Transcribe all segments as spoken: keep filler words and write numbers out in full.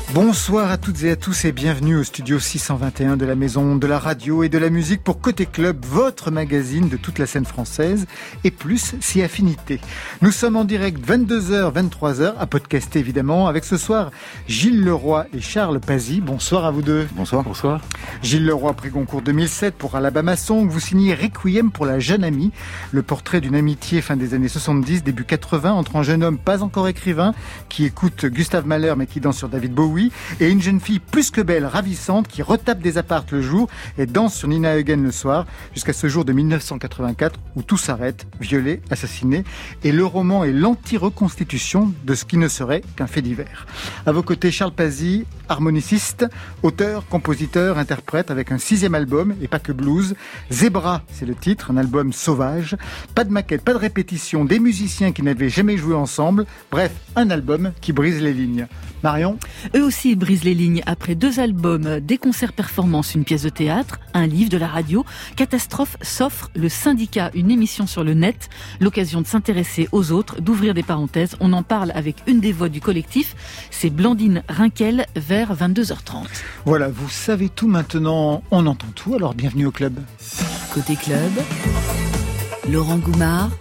Bonsoir à toutes et à tous et bienvenue au studio six cent vingt et un de la Maison de la Radio et de la Musique pour Côté Club, votre magazine de toute la scène française et plus si affinité. Nous sommes en direct vingt-deux heures, vingt-trois heures, à podcaster évidemment, avec ce soir Gilles Leroy et Charles Pazzi. Bonsoir à vous deux. Bonsoir. Bonsoir. Gilles Leroy, prix Goncourt deux mille sept pour Alabama Song. Vous signez Requiem pour la jeune amie, le portrait d'une amitié fin des années soixante-dix, début quatre-vingts, entre un jeune homme pas encore écrivain qui écoute Gustav Mahler mais qui danse sur David Bowie, et une jeune fille plus que belle, ravissante, qui retape des appartes le jour et danse sur Nina Hagen le soir, jusqu'à ce jour de dix-neuf cent quatre-vingt-quatre où tout s'arrête, violé, assassiné, et le roman est l'anti-reconstitution de ce qui ne serait qu'un fait divers. À vos côtés, Charles Pazzi, harmoniciste, auteur, compositeur, interprète, avec un sixième album, et pas que blues. Zebra, c'est le titre, un album sauvage. Pas de maquette, pas de répétition, des musiciens qui n'avaient jamais joué ensemble. Bref, un album qui brise les lignes. Marion ? Eux aussi brisent les lignes. Après deux albums, des concerts performances, une pièce de théâtre, un livre, de la radio, Catastrophe s'offre le Syndicat, une émission sur le net, l'occasion de s'intéresser aux autres, d'ouvrir des parenthèses. On en parle avec une des voix du collectif, c'est Blandine Rinkel, vers vingt-deux heures trente. Voilà, vous savez tout maintenant, on entend tout, alors bienvenue au club. Côté club, Laurent Goumard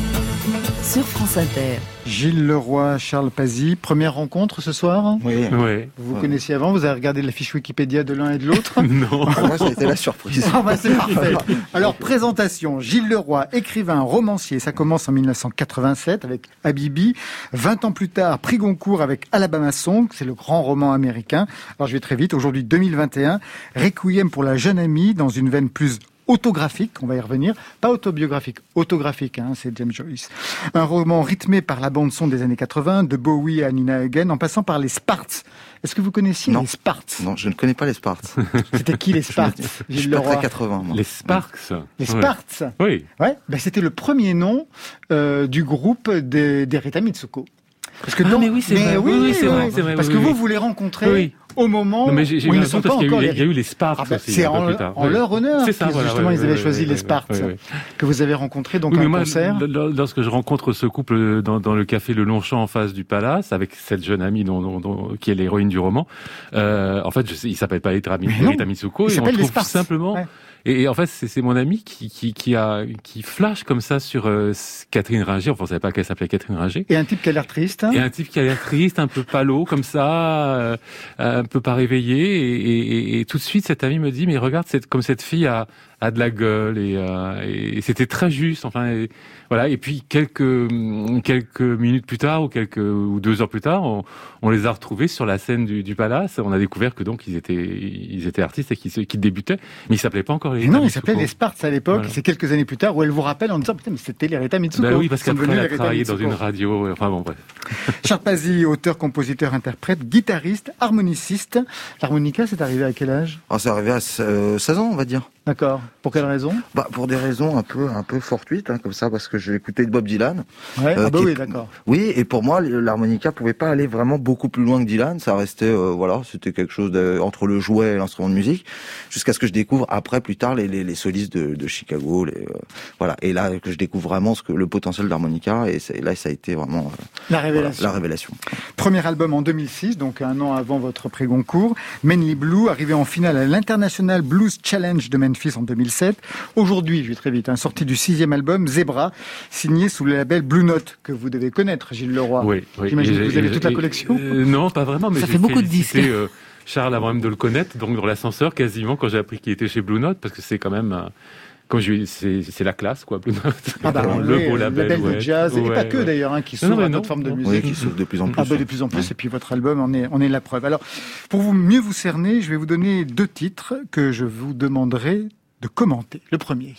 sur France Inter. Gilles Leroy, Charles Pazzi, première rencontre ce soir ? Oui. oui. Vous vous ouais. connaissiez avant ? Vous avez regardé la fiche Wikipédia de l'un et de l'autre ? Non. Moi, ça a été la surprise. Ah bah c'est parfait. Alors, présentation. Gilles Leroy, écrivain, romancier. Ça commence en dix-neuf cent quatre-vingt-sept avec Habibi. vingt ans plus tard, prix Goncourt avec Alabama Song. C'est le grand roman américain. Alors, je vais très vite. Aujourd'hui, deux mille vingt et un. Requiem pour la jeune amie dans une veine plus autographique, on va y revenir, pas autobiographique, autographique, hein, c'est James Joyce. Un roman rythmé par la bande-son des années quatre-vingts, de Bowie à Nina Hagen, en passant par les Sparks. Est-ce que vous connaissiez non. les Sparks ? Non, je ne connais pas les Sparks. C'était qui les Sparks ? Je suis pas très quatre-vingts, moi. Les Sparks. Les Sparks ? Oui. Ouais, ben c'était le premier nom euh, du groupe des, des Rita Mitsuko. Parce que ah, dans... mais oui, c'est mais vrai. Oui, oui, oui, c'est oui, vrai, oui. c'est vrai. Parce oui, que oui. vous, vous les rencontrez oui. au moment non, mais j'ai, j'ai où ils eu ne sont pas parce qu'il y a encore eu, les... Il y a eu les Sparks ah, bah, aussi, c'est un en, peu plus tard. en oui. leur honneur. C'est ça, voilà. Justement, oui, ils avaient oui, choisi oui, les oui, Sparks, oui, oui. que vous avez rencontrés donc oui, à un moi, concert. Lorsque je rencontre ce couple dans, dans le café Le Longchamp en face du Palace, avec cette jeune amie dont, dont, dont, qui est l'héroïne du roman, euh, en fait, je sais, il s'appelle pas Rita Mitsuko, il et on s'appelle les trouve Sparks. simplement... Ouais. Et, et en fait, c'est, c'est mon ami qui, qui, qui a, qui flash comme ça sur euh, Catherine Ringer. Enfin, on savait pas qu'elle s'appelait Catherine Ringer. Et un type qui a l'air triste. Hein. Et un type qui a l'air triste, un peu palo, comme ça, euh, un peu pas réveillé. Et, et, et, et tout de suite, cet ami me dit, mais regarde, c'est comme cette fille a, a de la gueule. Et, euh, et c'était très juste. Enfin, et, voilà. Et puis quelques quelques minutes plus tard, ou quelques ou deux heures plus tard, on, on les a retrouvés sur la scène du, du Palace. On a découvert que donc ils étaient ils étaient artistes et qu'ils, qu'ils débutaient, mais ils s'appelaient pas encore les. Non, ils s'appelaient les Sparks à l'époque. Voilà. C'est quelques années plus tard où elle vous rappelle en disant putain, mais c'était les Rita Mitsuko. Ben oui, parce qu'après elle a travaillé Mitsuko. dans une radio. Enfin bon, bref. Charles Pazzi, auteur, compositeur, interprète, guitariste, harmoniciste. L'harmonica, c'est arrivé à quel âge ? Ah, c'est arrivé à euh, seize ans, on va dire. D'accord. Pour quelle raison ? Bah, pour des raisons un peu, un peu fortuites, hein, comme ça, parce que j'ai écouté Bob Dylan. Ouais. Euh, ah bah qui... oui, d'accord. Oui, et pour moi, l'harmonica pouvait pas aller vraiment beaucoup plus loin que Dylan. Ça restait, euh, voilà, c'était quelque chose de, entre le jouet et l'instrument de musique, jusqu'à ce que je découvre après, plus tard, les, les, les solistes de, de Chicago, les, euh, voilà. Et là, que je découvre vraiment ce que le potentiel d'harmonica, et, et là, ça a été vraiment euh, la révélation. Voilà, la révélation. Premier album en deux mille six, donc un an avant votre prix Goncourt. Mainly Blue, arrivé en finale à l'International Blues Challenge de Memphis en deux mille sept. Aujourd'hui, je vais très vite, hein, sorti du sixième album, Zebra, signé sous le label Blue Note, que vous devez connaître, Gilles Leroy. Oui, oui. J'imagine que vous avez et, toute la et, collection. euh, Non, pas vraiment, mais ça j'ai fait beaucoup de disques. Euh, Charles avant même de le connaître, donc dans l'ascenseur quasiment, quand j'ai appris qu'il était chez Blue Note, parce que c'est quand même... Euh, Comme je, c'est, c'est la classe, quoi, Blue Note. Ah bah, le oui, beau label, label ouais. de jazz, ouais, et pas que ouais. d'ailleurs, hein, qui s'ouvre non, non, à non, d'autres formes de non. musique. Oui, qui s'ouvre de plus en plus. Ah bah, de plus en plus, ouais. Et puis votre album en est, en est la preuve. Alors, pour vous mieux vous cerner, je vais vous donner deux titres que je vous demanderai de commenter. Le premier.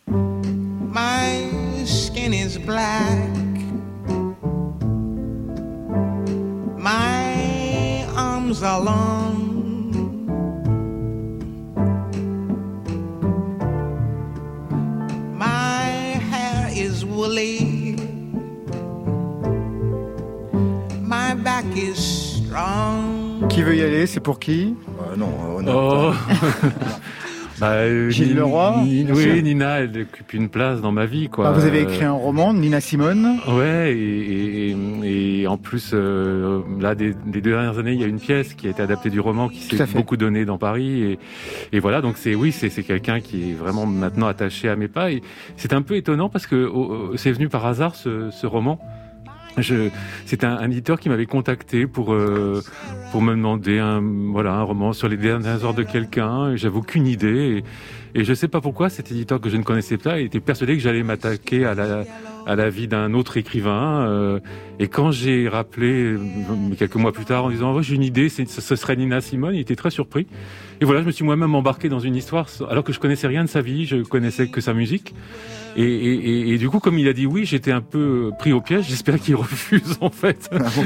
My skin is black. My arms are long. My hair is woolly. My back is strong. Qui veut y aller ? C'est pour qui ? Euh, non, euh, non. Oh. Bah, euh, Gilles Ni- Leroy, Ni- bien oui, sûr. Nina, elle occupe une place dans ma vie, quoi. Bah, vous avez Euh, écrit un roman, Nina Simone. Ouais, et, et, et en plus, euh, là, des, des deux dernières années, il y a une pièce qui a été adaptée du roman qui Tout à s'est fait. beaucoup donnée dans Paris. Et, et voilà, donc c'est oui, c'est, c'est quelqu'un qui est vraiment maintenant attaché à mes pas. Et c'est un peu étonnant parce que oh, c'est venu par hasard ce, ce roman. Je, c'est un, un éditeur qui m'avait contacté pour euh, pour me demander un voilà un roman sur les dernières heures de quelqu'un. Et j'avais aucune idée et, et je sais pas pourquoi cet éditeur que je ne connaissais pas était persuadé que j'allais m'attaquer à la à la vie d'un autre écrivain. Euh, et quand j'ai rappelé euh, quelques mois plus tard en disant oh, j'ai une idée, c'est, ce serait Nina Simone, il était très surpris. Et voilà, je me suis moi-même embarqué dans une histoire alors que je connaissais rien de sa vie, je connaissais que sa musique. Et, et, et, et du coup, comme il a dit oui, j'étais un peu pris au piège. J'espère qu'il refuse en fait.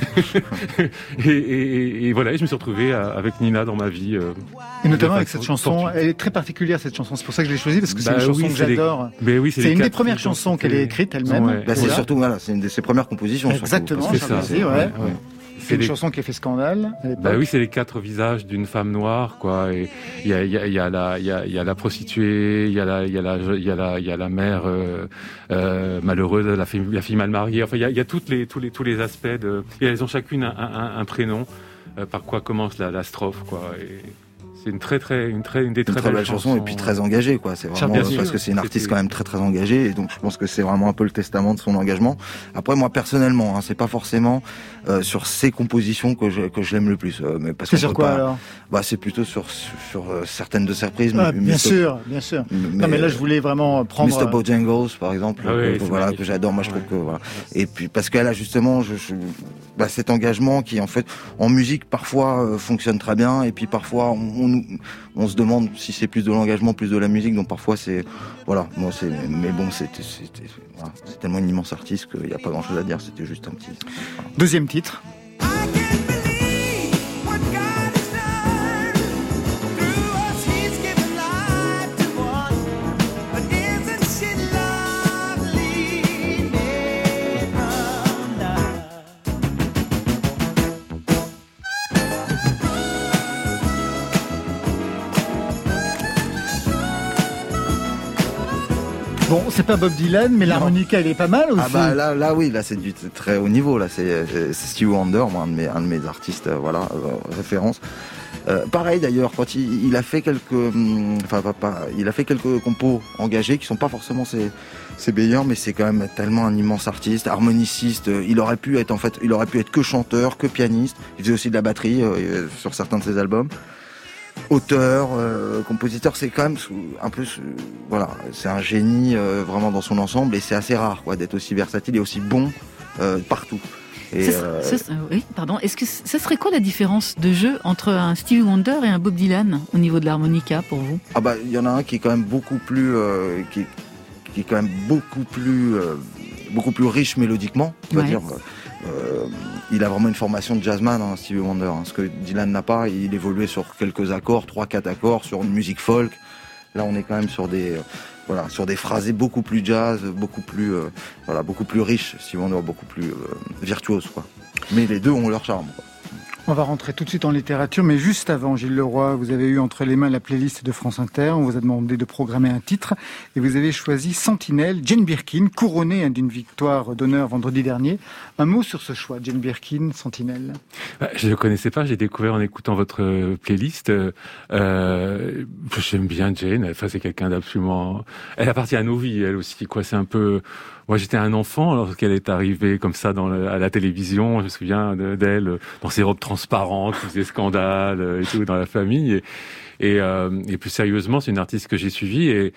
et, et, et voilà, et je me suis retrouvé avec Nina dans ma vie. Euh, Et notamment de avec façon cette chanson, fortuite. elle est très particulière cette chanson, c'est pour ça que je l'ai choisie, parce que c'est Bah une chanson oui, que c'est les- j'adore. Mais oui, c'est, C'est les une des quatre premières filles chansons dont qu'elle a c'était- écrites elle-même. Ouais. Bah, c'est Voilà. surtout, voilà, c'est une de ses premières compositions. surtout. Exactement, C'est j'en ça. disais, ouais. C'est C'est une les- chanson qui a fait scandale à l'époque. Bah oui, c'est les quatre visages d'une femme noire, quoi. Et il y a, il y a, il y a la, il y a, il y a la prostituée, il y a la, il y a la, il y a la, il y a la mère euh, euh, malheureuse, la fille, la fille mal mariée. Enfin, il y a, il y a toutes les, tous les, tous les aspects de. Et elles ont chacune un, un, un prénom. Euh, par quoi commence la, la strophe, quoi. Et c'est une très, très, une très, une des Une très, très belle belles chanson chansons. et puis très engagée, quoi. C'est vraiment Bien euh, sûr. parce que c'est une artiste C'était- quand même très très engagée et donc je pense que c'est vraiment un peu le testament de son engagement. Après moi personnellement, hein, c'est pas forcément euh, sur ses compositions que je que je l'aime le plus, euh, mais parce C'est qu'on sur peut quoi pas- alors Bah c'est plutôt sur sur, sur, euh, certaines de ses reprises. Ah, mais- Bien mais- sûr, bien sûr. mais- Non mais là je voulais vraiment prendre... mister Bojangles par exemple, Ah oui, que, c'est voilà magnifique. que j'adore. Moi je trouve Ouais. que voilà. Et puis parce qu'elle a justement je, je- bah, cet engagement qui en fait en musique parfois euh, fonctionne très bien et puis parfois on, on, on se demande si c'est plus de l'engagement, plus de la musique. Donc parfois c'est voilà. Moi c'est mais bon c'était c'était voilà, c'est tellement une immense artiste qu'il n'y a pas grand chose à dire. C'était juste un petit. Voilà. Deuxième titre. I can't believe what God has done through us. He's given life to one, but isn't she lovely, Miranda? Bon, c'est pas Bob Dylan, mais l'harmonica elle est pas mal aussi. Ah bah là, là oui, là c'est du t- très haut niveau. Là c'est c'est Stevie Wonder, moi, un de mes, un de mes artistes, euh, voilà, euh, référence. Euh, pareil d'ailleurs, quand il, il a fait quelques, hum, enfin pas, pas, il a fait quelques compos engagés qui sont pas forcément ses, ses meilleurs, mais c'est quand même tellement un immense artiste, harmoniciste. Euh, Il aurait pu être en fait, il aurait pu être que chanteur, que pianiste. Il faisait aussi de la batterie euh, sur certains de ses albums. Auteur, euh, compositeur, c'est quand même sous- un peu, sous- voilà, c'est un génie euh, vraiment dans son ensemble et c'est assez rare quoi d'être aussi versatile et aussi bon euh, partout. Et, Ce- euh, ce- oui, pardon. Est-ce que ce serait quoi la différence de jeu entre un Stevie Wonder et un Bob Dylan au niveau de l'harmonica pour vous? ah bah il y en a un qui est quand même beaucoup plus, euh, qui, est- qui est quand même beaucoup plus, euh, beaucoup plus riche mélodiquement, on va Ouais. dire. Euh, il a vraiment une formation de jazzman, hein, Stevie Wonder. Hein, ce que Dylan n'a pas, il évoluait sur quelques accords, trois, quatre accords, sur une musique folk. Là, on est quand même sur des, euh, voilà, sur des phrasés beaucoup plus jazz, beaucoup plus, euh, voilà, beaucoup plus riches. Stevie Wonder, beaucoup plus euh, virtuose, quoi. Mais les deux ont leur charme, quoi. On va rentrer tout de suite en littérature, mais juste avant, Gilles Leroy, vous avez eu entre les mains la playlist de France Inter, on vous a demandé de programmer un titre, et vous avez choisi Sentinelle, Jane Birkin, couronnée hein, d'une victoire d'honneur vendredi dernier. Un mot sur ce choix, Jane Birkin, Sentinelle. Bah, je ne le connaissais pas, j'ai découvert en écoutant votre euh, playlist. Euh, j'aime bien Jane, enfin, c'est quelqu'un d'absolument... Elle appartient à nos vies, elle aussi, quoi. C'est un peu... Moi, j'étais un enfant lorsqu'elle est arrivée comme ça dans le, à la télévision. Je me souviens de, d'elle dans ses robes transparentes, qui faisait scandale euh, et tout dans la famille. Et, et, euh, et plus sérieusement, c'est une artiste que j'ai suivie et,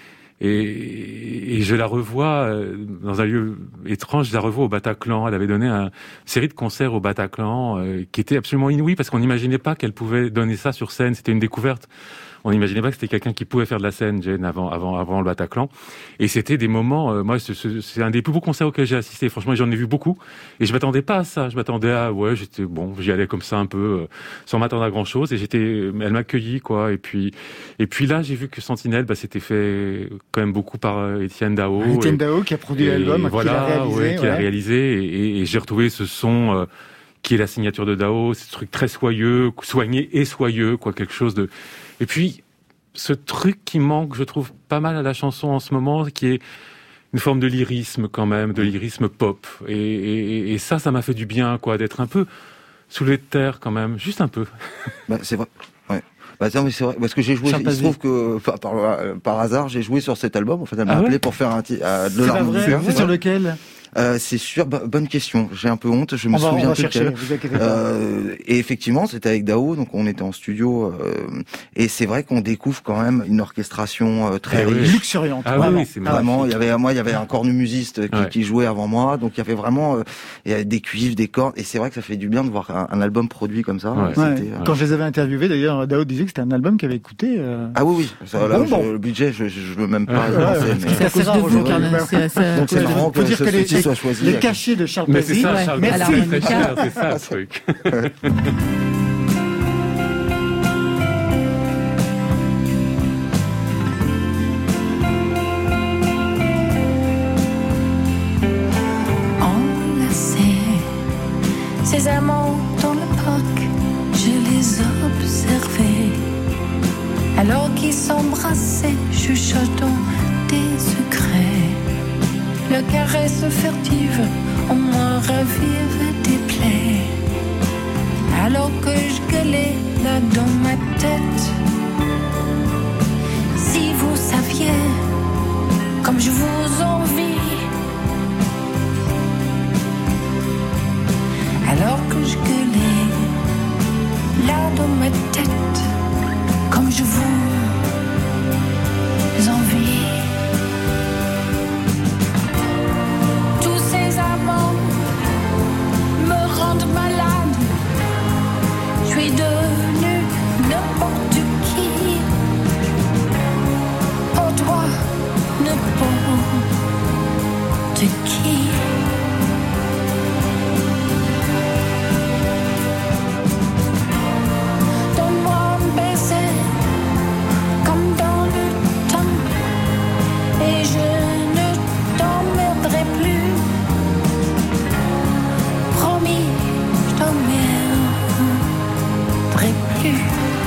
et, et je la revois euh, dans un lieu étrange. Je la revois au Bataclan. Elle avait donné une série de concerts au Bataclan euh, qui était absolument inouï parce qu'on n'imaginait pas qu'elle pouvait donner ça sur scène. C'était une découverte. On n'imaginait pas que c'était quelqu'un qui pouvait faire de la scène, Jane, avant, avant, avant le Bataclan. Et c'était des moments, euh, moi, c'est, c'est un des plus beaux concerts auxquels j'ai assisté. Franchement, j'en ai vu beaucoup. Et je m'attendais pas à ça. Je m'attendais à, ouais, j'étais, bon, j'y allais comme ça un peu, euh, sans m'attendre à grand chose. Et j'étais, elle m'a accueilli, quoi. Et puis, et puis là, j'ai vu que Sentinelle, bah, c'était fait quand même beaucoup par euh, Étienne Dao. Étienne et, Dao qui a produit et l'album, voilà, qui l'a réalisé. ouais, qui l'a ouais. réalisé. Et, et, et j'ai retrouvé ce son, euh, qui est la signature de Dao, ce truc très soyeux, soigné et soyeux, quoi, quelque chose de, et puis, ce truc qui manque, je trouve, pas mal à la chanson en ce moment, qui est une forme de lyrisme quand même, de lyrisme pop. Et, et, et ça, ça m'a fait du bien, quoi, d'être un peu soulevé de terre quand même, juste un peu. Bah, c'est vrai. Ouais. Bah, non, mais c'est vrai, parce que j'ai joué, Charles il se Pazy. trouve que, par, par, par hasard, j'ai joué sur cet album. En fait, elle m'a Ah ouais appelé pour faire un ti- euh, de C'est pas l'harmonica. vrai, c'est sur lequel? Euh, c'est sûr, bo- bonne question. J'ai un peu honte, je me On va, on souviens va plus chercher, lequel. vous inquiétez pas. Euh, et effectivement, c'était avec Dao, donc on était en studio, euh, et c'est vrai qu'on découvre quand même une orchestration euh, très Eh oui. riche. Luxuriante. Ah oui, vraiment. oui, c'est Vraiment, il y magnifique. avait moi, il y avait un cornemusiste qui, Ouais. qui jouait avant moi, donc il y avait vraiment euh, il y avait des cuivres, des cordes, et c'est vrai que ça fait du bien de voir un, un album produit comme ça. Ouais. C'était, Ouais. euh, Quand je les avais interviewés, d'ailleurs, Dao disait que c'était un album qu'il avait écouté. Euh... Ah oui, oui. Ça, là, Bon, je- bon. le budget, je, je, je veux même pas y Ouais, penser. ouais. mais- C'est à assez cause rare de vous, aujourd'hui. Carla. Ouais. C'est c'est- Donc c'est Ouais, marrant faut que dire ce que les- petit soit choisi. Les cachets de Charles Mais c'est Pazy. ça, ouais. Charles À Pazy, c'est très l'harmonica. cher, c'est ça le truc. Enlacés, ces amants dans le parc, je les observais. Alors qu'ils s'embrassaient, chuchotant des secrets. Le caresse furtive, en moi ravive des plaies. Alors que je gueulais là dans ma tête. Si vous saviez comme je vous envie. Alors que je gueulais là dans ma tête, comme je vous envie. Tous ces amants me rendent malade. Je suis devenue n'importe qui. Pour toi, n'importe qui. Donne-moi un baiser, comme dans le temps, et je ne t'emmerderai plus. Promis, je t'emmerderai plus.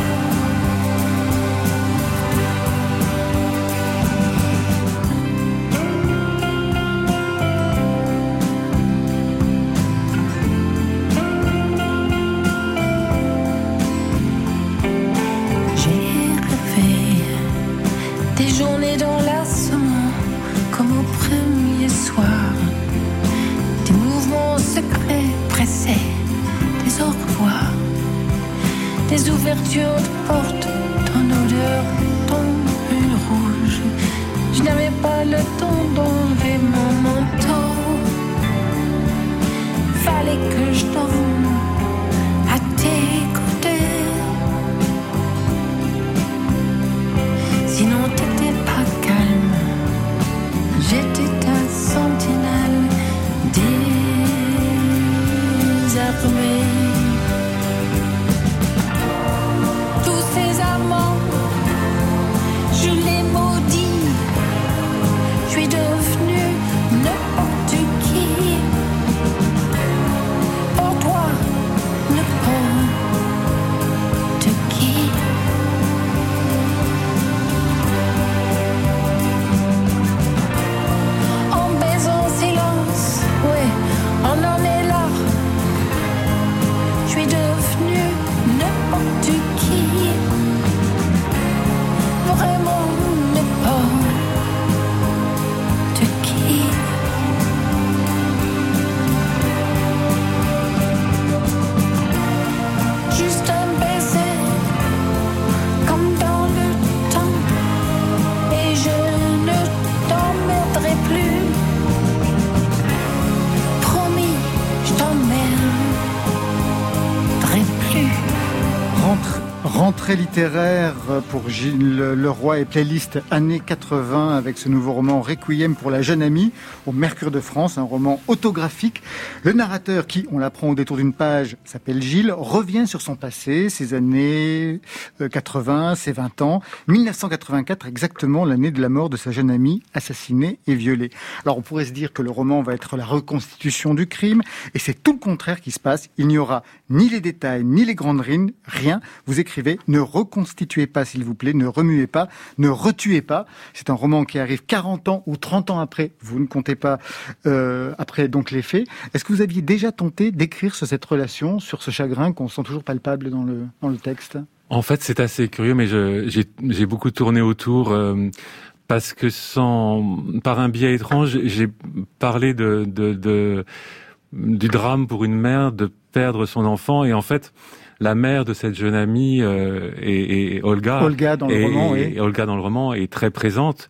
J'ai rêvé des journées d'enlacement comme au premier soir, des mouvements secrets pressés, des au revoir, des ouvertures de portes, ton odeur tombule rouge. Je n'avais pas le temps d'enlever mon manteau. Fallait que je dorme à tes côtés. Sinon t'étais pas calme. J'étais ta sentinelle désarmée. Tous ces amants, je les maudis. Je suis devenue n'importe qui. Pour toi, n'importe qui. En baisant silence, ouais, on en est là. Je suis devenue n'importe qui. Vraiment n'importe qui. Juste un baiser, comme dans le temps, et je ne t'emmerderai plus. Promis, je t'emmerderai plus. Rentre- Rentrée littéraire pour Gilles Leroy et playlist années quatre-vingts avec ce nouveau roman Requiem pour la jeune amie au Mercure de France, un roman autographique. Le narrateur qui, on l'apprend au détour d'une page, s'appelle Gilles, revient sur son passé, ses années euh, quatre-vingts, ses vingt ans, mille neuf cent quatre-vingt-quatre exactement, l'année de la mort de sa jeune amie assassinée et violée. Alors on pourrait se dire que le roman va être la reconstitution du crime et c'est tout le contraire qui se passe. Il n'y aura ni les détails, ni les grandes lignes, rien. Vous écrivez, Ne reconstituez pas, s'il vous plaît, ne remuez pas, ne retuez pas. C'est un roman qui arrive quarante ans ou trente ans après, vous ne comptez pas euh, après donc les faits. Est-ce que vous aviez déjà tenté d'écrire sur cette relation, sur ce chagrin qu'on sent toujours palpable dans le, dans le texte ? En fait, c'est assez curieux, mais je, j'ai, j'ai beaucoup tourné autour... Euh, parce que sans, par un biais étrange, j'ai parlé de, de, de, du drame pour une mère de perdre son enfant, et en fait, la mère de cette jeune amie euh, et, et Olga, Olga dans le et, roman, oui. et Olga dans le roman est très présente,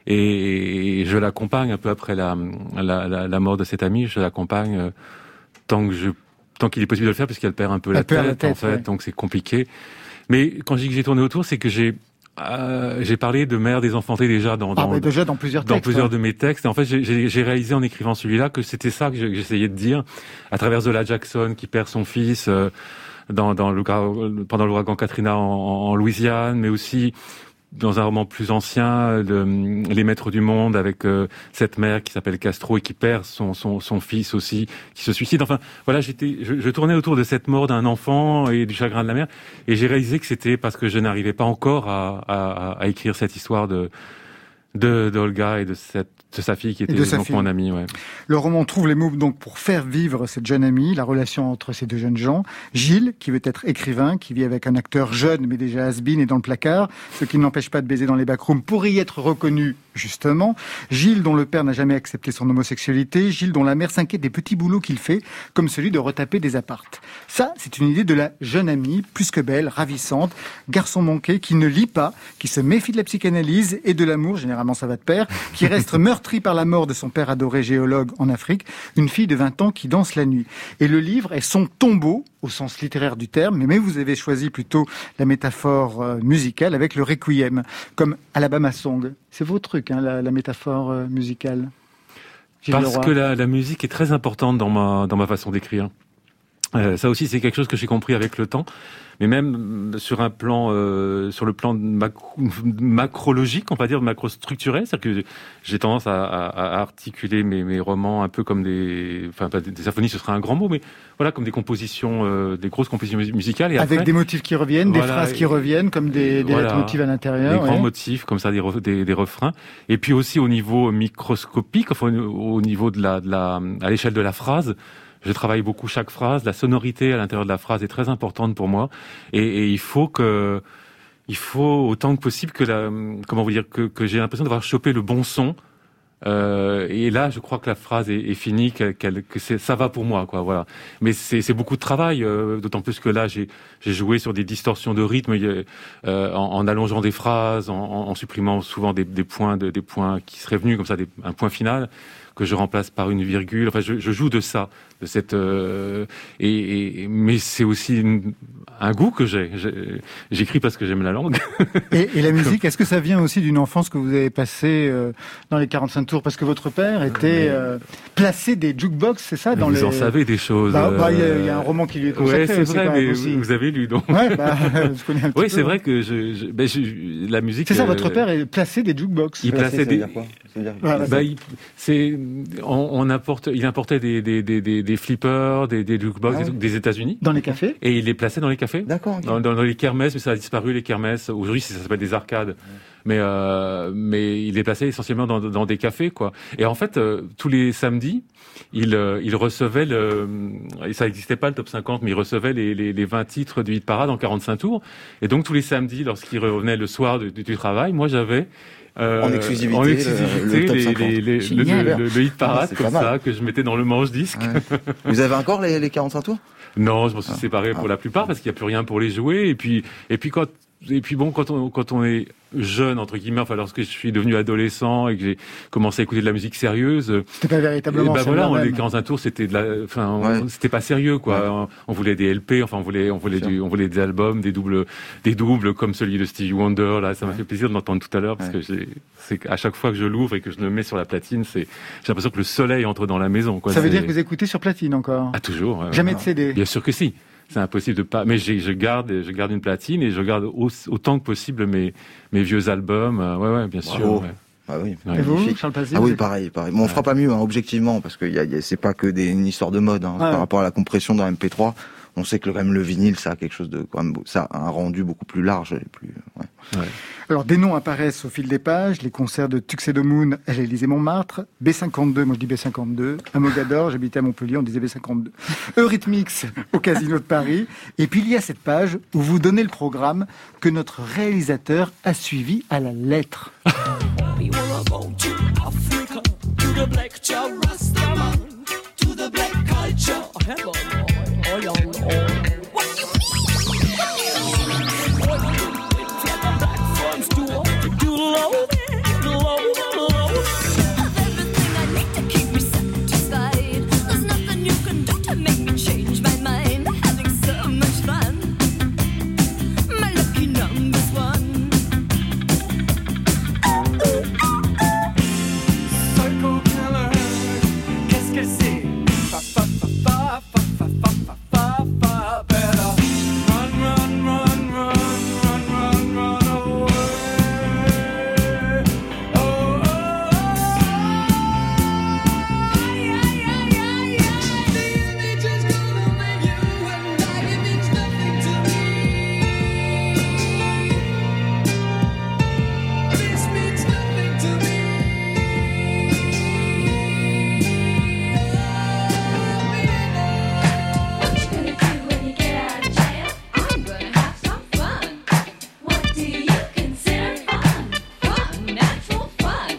et je l'accompagne un peu après la, la, la, la mort de cette amie, je l'accompagne euh, tant que je, tant qu'il est possible de le faire, puisqu'elle perd un peu la, Elle perd tête, la tête, en fait, ouais. donc c'est compliqué. Mais quand je dis que j'ai tourné autour, c'est que j'ai Euh, j'ai parlé de mère désenfantée déjà dans, dans, ah, déjà dans plusieurs dans textes. plusieurs ouais. de mes textes. Et en fait, j'ai, j'ai, j'ai réalisé en écrivant celui-là que c'était ça que j'essayais de dire à travers Zola Jackson qui perd son fils euh, dans, dans le, pendant l'ouragan Katrina en, en Louisiane, mais aussi dans un roman plus ancien, de, Les Maîtres du Monde, avec euh, cette mère qui s'appelle Castro et qui perd son, son, son fils aussi, qui se suicide. Enfin, voilà, j'étais, je, je tournais autour de cette mort d'un enfant et du chagrin de la mère, et j'ai réalisé que c'était parce que je n'arrivais pas encore à, à, à écrire cette histoire de, de d'Olga et de cette de sa fille qui était donc mon amie. Ouais. Le roman trouve les mots donc pour faire vivre cette jeune amie, la relation entre ces deux jeunes gens. Gilles, qui veut être écrivain, qui vit avec un acteur jeune mais déjà has-been et dans le placard, ce qui ne l'empêche pas de baiser dans les backrooms pour y être reconnu justement. Gilles, dont le père n'a jamais accepté son homosexualité. Gilles, dont la mère s'inquiète des petits boulots qu'il fait, comme celui de retaper des appartes. Ça, c'est une idée de la jeune amie, plus que belle, ravissante, garçon manqué, qui ne lit pas, qui se méfie de la psychanalyse et de l'amour, généralement ça va de pair, qui reste meurtrie par la mort de son père adoré géologue en Afrique, une fille de vingt ans qui danse la nuit. Et le livre est son tombeau, au sens littéraire du terme, mais vous avez choisi plutôt la métaphore euh, musicale avec le Requiem, comme Alabama Song. C'est vos trucs, hein, la, la métaphore euh, musicale. Gilles Parce Leroy. que la, la musique est très importante dans ma, dans ma façon d'écrire. Euh, ça aussi, c'est quelque chose que j'ai compris avec le temps. Mais même sur un plan, euh, sur le plan macro, macrologique, on va dire macrostructurel, c'est-à-dire que j'ai tendance à, à, à articuler mes, mes romans un peu comme des, enfin pas des, des symphonies, ce serait un grand mot, mais voilà, comme des compositions, euh, des grosses compositions musicales. Et avec après, des motifs qui reviennent, voilà, des phrases qui reviennent, comme des, des voilà, motifs à l'intérieur. Des grands ouais. motifs, comme ça, des, re, des, des refrains. Et puis aussi au niveau microscopique, enfin au niveau de la, de la, à l'échelle de la phrase. Je travaille beaucoup chaque phrase. La sonorité à l'intérieur de la phrase est très importante pour moi. Et, et il faut que, il faut autant que possible que la, comment vous dire, que, que j'ai l'impression d'avoir chopé le bon son. Euh, et là, je crois que la phrase est, est finie, qu'elle, qu'elle, que c'est, ça va pour moi, quoi. Voilà. Mais c'est, c'est beaucoup de travail, euh, d'autant plus que là, j'ai, j'ai joué sur des distorsions de rythme, euh, en, en allongeant des phrases, en, en supprimant souvent des, des points, de, des points qui seraient venus comme ça, des, un point final que je remplace par une virgule. Enfin, je, je joue de ça, de cette. Euh, et, et mais c'est aussi une, un goût que j'ai. j'ai. J'écris parce que j'aime la langue. Et, et la musique, est-ce que ça vient aussi d'une enfance que vous avez passée euh, dans les quarante-cinq tours, parce que votre père était euh, placé des jukebox, c'est ça, dans vous les. en savez des choses. Bah, bah, il y, a, il y a un roman qui lui est consacré. Ouais, c'est aussi, vrai, quand même, mais aussi. vous avez lu donc. Ouais, bah, je connais un petit oui, peu. c'est vrai que je, je, ben, je la musique. C'est ça, euh, votre père est placé des jukebox. Il plaçait des. Voilà, bah, il, c'est, on, on importe, il importait des, des, des, des, des flippers, des, des jukebox, ah, des, des États-Unis. Dans les cafés. Et il les plaçait dans les cafés. D'accord. Okay. Dans, dans, dans les kermesses, mais ça a disparu les kermesses. Aujourd'hui, ça s'appelle des arcades. Ouais. Mais euh, mais il les plaçait essentiellement dans, dans des cafés, quoi. Et en fait, euh, tous les samedis, il euh, il recevait le, et ça n'existait pas le top cinquante, mais il recevait les, les les vingt titres du hit parade en quarante-cinq tours. Et donc tous les samedis, lorsqu'il revenait le soir du, du travail, moi j'avais Euh, en exclusivité, en exclusivité le, le, les, les, les, le, le, le, le hit parade, ah, comme ça, que je mettais dans le manche-disque. Ouais. Vous avez encore les, les quarante-cinq tours? Non, je m'en suis ah. séparé ah. pour la plupart parce qu'il n'y a plus rien pour les jouer. Et puis, et puis quand, et puis bon, quand on, quand on est jeune, entre guillemets, enfin, lorsque je suis devenu adolescent et que j'ai commencé à écouter de la musique sérieuse. C'était pas véritablement. Bah voilà, on, les quarante-cinq tours, c'était de la, enfin, on, ouais. c'était pas sérieux, quoi. Ouais. On, on voulait des L P, enfin, on voulait, on voulait du, on voulait des albums, des doubles, des doubles comme celui de Stevie Wonder, là. Ça m'a ouais. fait plaisir de l'entendre tout à l'heure parce ouais. que j'ai, c'est qu'à chaque fois que je l'ouvre et que je le mets sur la platine, c'est, j'ai l'impression que le soleil entre dans la maison, quoi. Ça veut c'est... dire que vous écoutez sur platine encore? Ah, toujours. Ouais, Jamais ouais. de C D? Bien sûr que si. C'est impossible de pas. Mais j'ai, je garde, je garde une platine et je garde autant que possible mes mes vieux albums. Ouais, ouais, bien sûr. Bravo. Ouais. Ah oui. Et vous, Charles Pazzi? Ah oui, pareil, pareil. Bon, on ouais. fera pas mieux, hein, objectivement, parce que y a, y a, c'est pas que des, une histoire de mode, hein, ouais. Par rapport à la compression d'un M P trois. on sait que quand même le vinyle, ça a quelque chose de quand même, ça a un rendu beaucoup plus large et plus. Ouais. Ouais. Alors, des noms apparaissent au fil des pages. Les concerts de Tuxedo Moon à l'Élysée-Montmartre, B cinquante-deux, moi je dis B cinquante-deux, à Mogador, j'habitais à Montpellier, on disait B cinquante-deux. Eurythmics au Casino de Paris. Et puis il y a cette page où vous donnez le programme que notre réalisateur a suivi à la lettre. We wanna go to Africa, to the black child Rastaman, to the black culture. Heaven, oh, oh, oh. What you mean? What you mean? What you mean? Tell the black folks to do low, low, low. Of everything I need to keep me satisfied. There's nothing you can do to make me change my mind. Having so much fun, my lucky number's one. Psycho killer, qu'est-ce que c'est? Fa fa fa fa fa fa fa fa fa. Better run, run, run, run, run, run, run away. Oh, oh, oh, yeah, yeah, yeah, yeah. The image is gonna make you and I. It means nothing to me. This means nothing to me. What you gonna do when you get out of jail? I'm gonna have some fun. What do you consider fun? Fun, natural fun.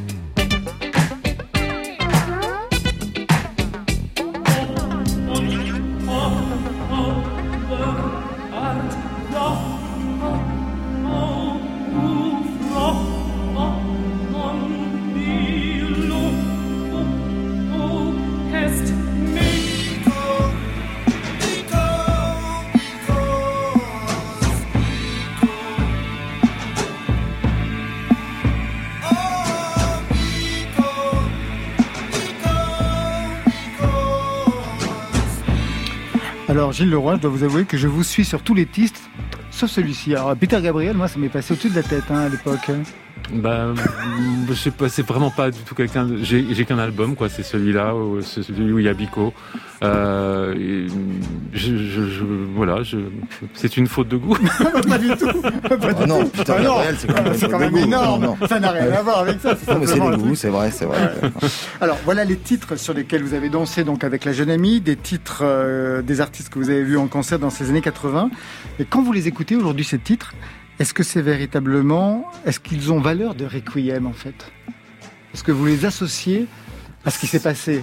Alors Gilles Leroy, je dois vous avouer que je vous suis sur tous les titres, sauf celui-ci. Alors Peter Gabriel, moi ça m'est passé au-dessus de la tête hein, à l'époque. Bah, je sais pas, c'est vraiment pas du tout quelqu'un. De... J'ai, j'ai qu'un album, quoi. C'est celui-là, ou c'est celui où il y a Biko. Euh, et je, je, je, voilà, je... c'est une faute de goût. Pas du tout. Pas du Ah non, tout. Peter Ah non. Gabriel, c'est quand même, C'est quand même des goûts. énorme. Non, non. Ça n'a rien à voir avec ça. C'est Non, mais c'est simplement des un goûts, truc. c'est vrai, c'est vrai. Alors voilà les titres sur lesquels vous avez dansé donc avec la jeune amie, des titres euh, des artistes que vous avez vus en concert dans ces années quatre-vingts. Et quand vous les écoutez aujourd'hui ces titres, est-ce que c'est véritablement, est-ce qu'ils ont valeur de requiem en fait? Est-ce que vous les associez à ce qui s'est passé?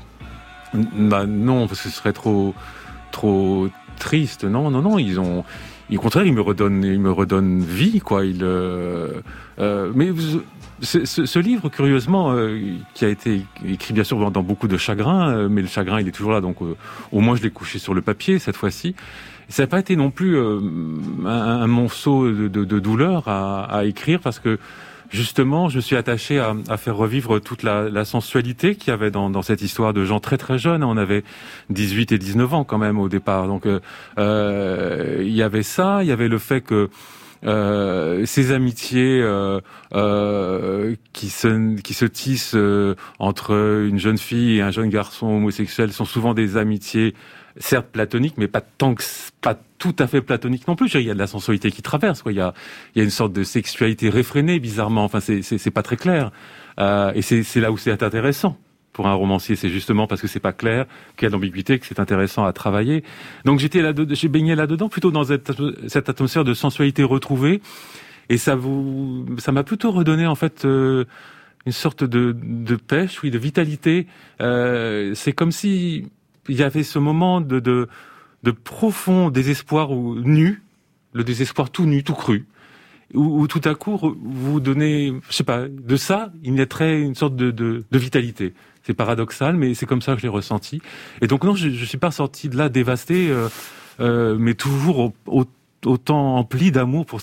Bah non, parce que ce serait trop, trop triste. Non, non, non. Ils ont, au contraire, ils me redonnent, ils me redonnent vie, quoi. Ils, euh, euh, mais vous, ce, ce, ce livre, curieusement, euh, qui a été écrit bien sûr dans, dans beaucoup de chagrin, euh, mais le chagrin, il est toujours là. Donc, euh, au moins, je l'ai couché sur le papier cette fois-ci. Ça n'a pas été non plus euh, un, un monceau de, de, de douleur à, à écrire parce que justement, je suis attaché à, à faire revivre toute la, la sensualité qu'il y avait dans, dans cette histoire de gens très très jeunes. On avait dix-huit et dix-neuf ans quand même au départ. Donc euh, il y avait ça, il y avait le fait que Euh, ces amitiés euh, euh, qui se qui se tissent euh, entre une jeune fille et un jeune garçon homosexuel sont souvent des amitiés certes platoniques, mais pas tant que pas tout à fait platoniques non plus. Il y a de la sensualité qui traverse, quoi. Il y a il y a une sorte de sexualité réfrénée bizarrement. Enfin, c'est c'est, c'est pas très clair. Euh, et c'est c'est là où c'est intéressant. Pour un romancier, c'est justement parce que c'est pas clair, qu'il y a de l'ambiguïté, que c'est intéressant à travailler. Donc j'étais là, j'ai baigné là-dedans, plutôt dans cette, cette atmosphère de sensualité retrouvée, et ça vous, ça m'a plutôt redonné en fait euh, une sorte de, de pêche, oui, de vitalité. Euh, c'est comme si il y avait ce moment de, de, de profond désespoir ou nu, le désespoir tout nu, tout cru. Où, où tout à coup vous donnez, je sais pas, de ça, il naîtrait une sorte de, de, de vitalité. C'est paradoxal, mais c'est comme ça que je l'ai ressenti. Et donc non, je, je suis pas sorti de là dévasté, euh, euh, mais toujours au, au, autant empli d'amour pour cette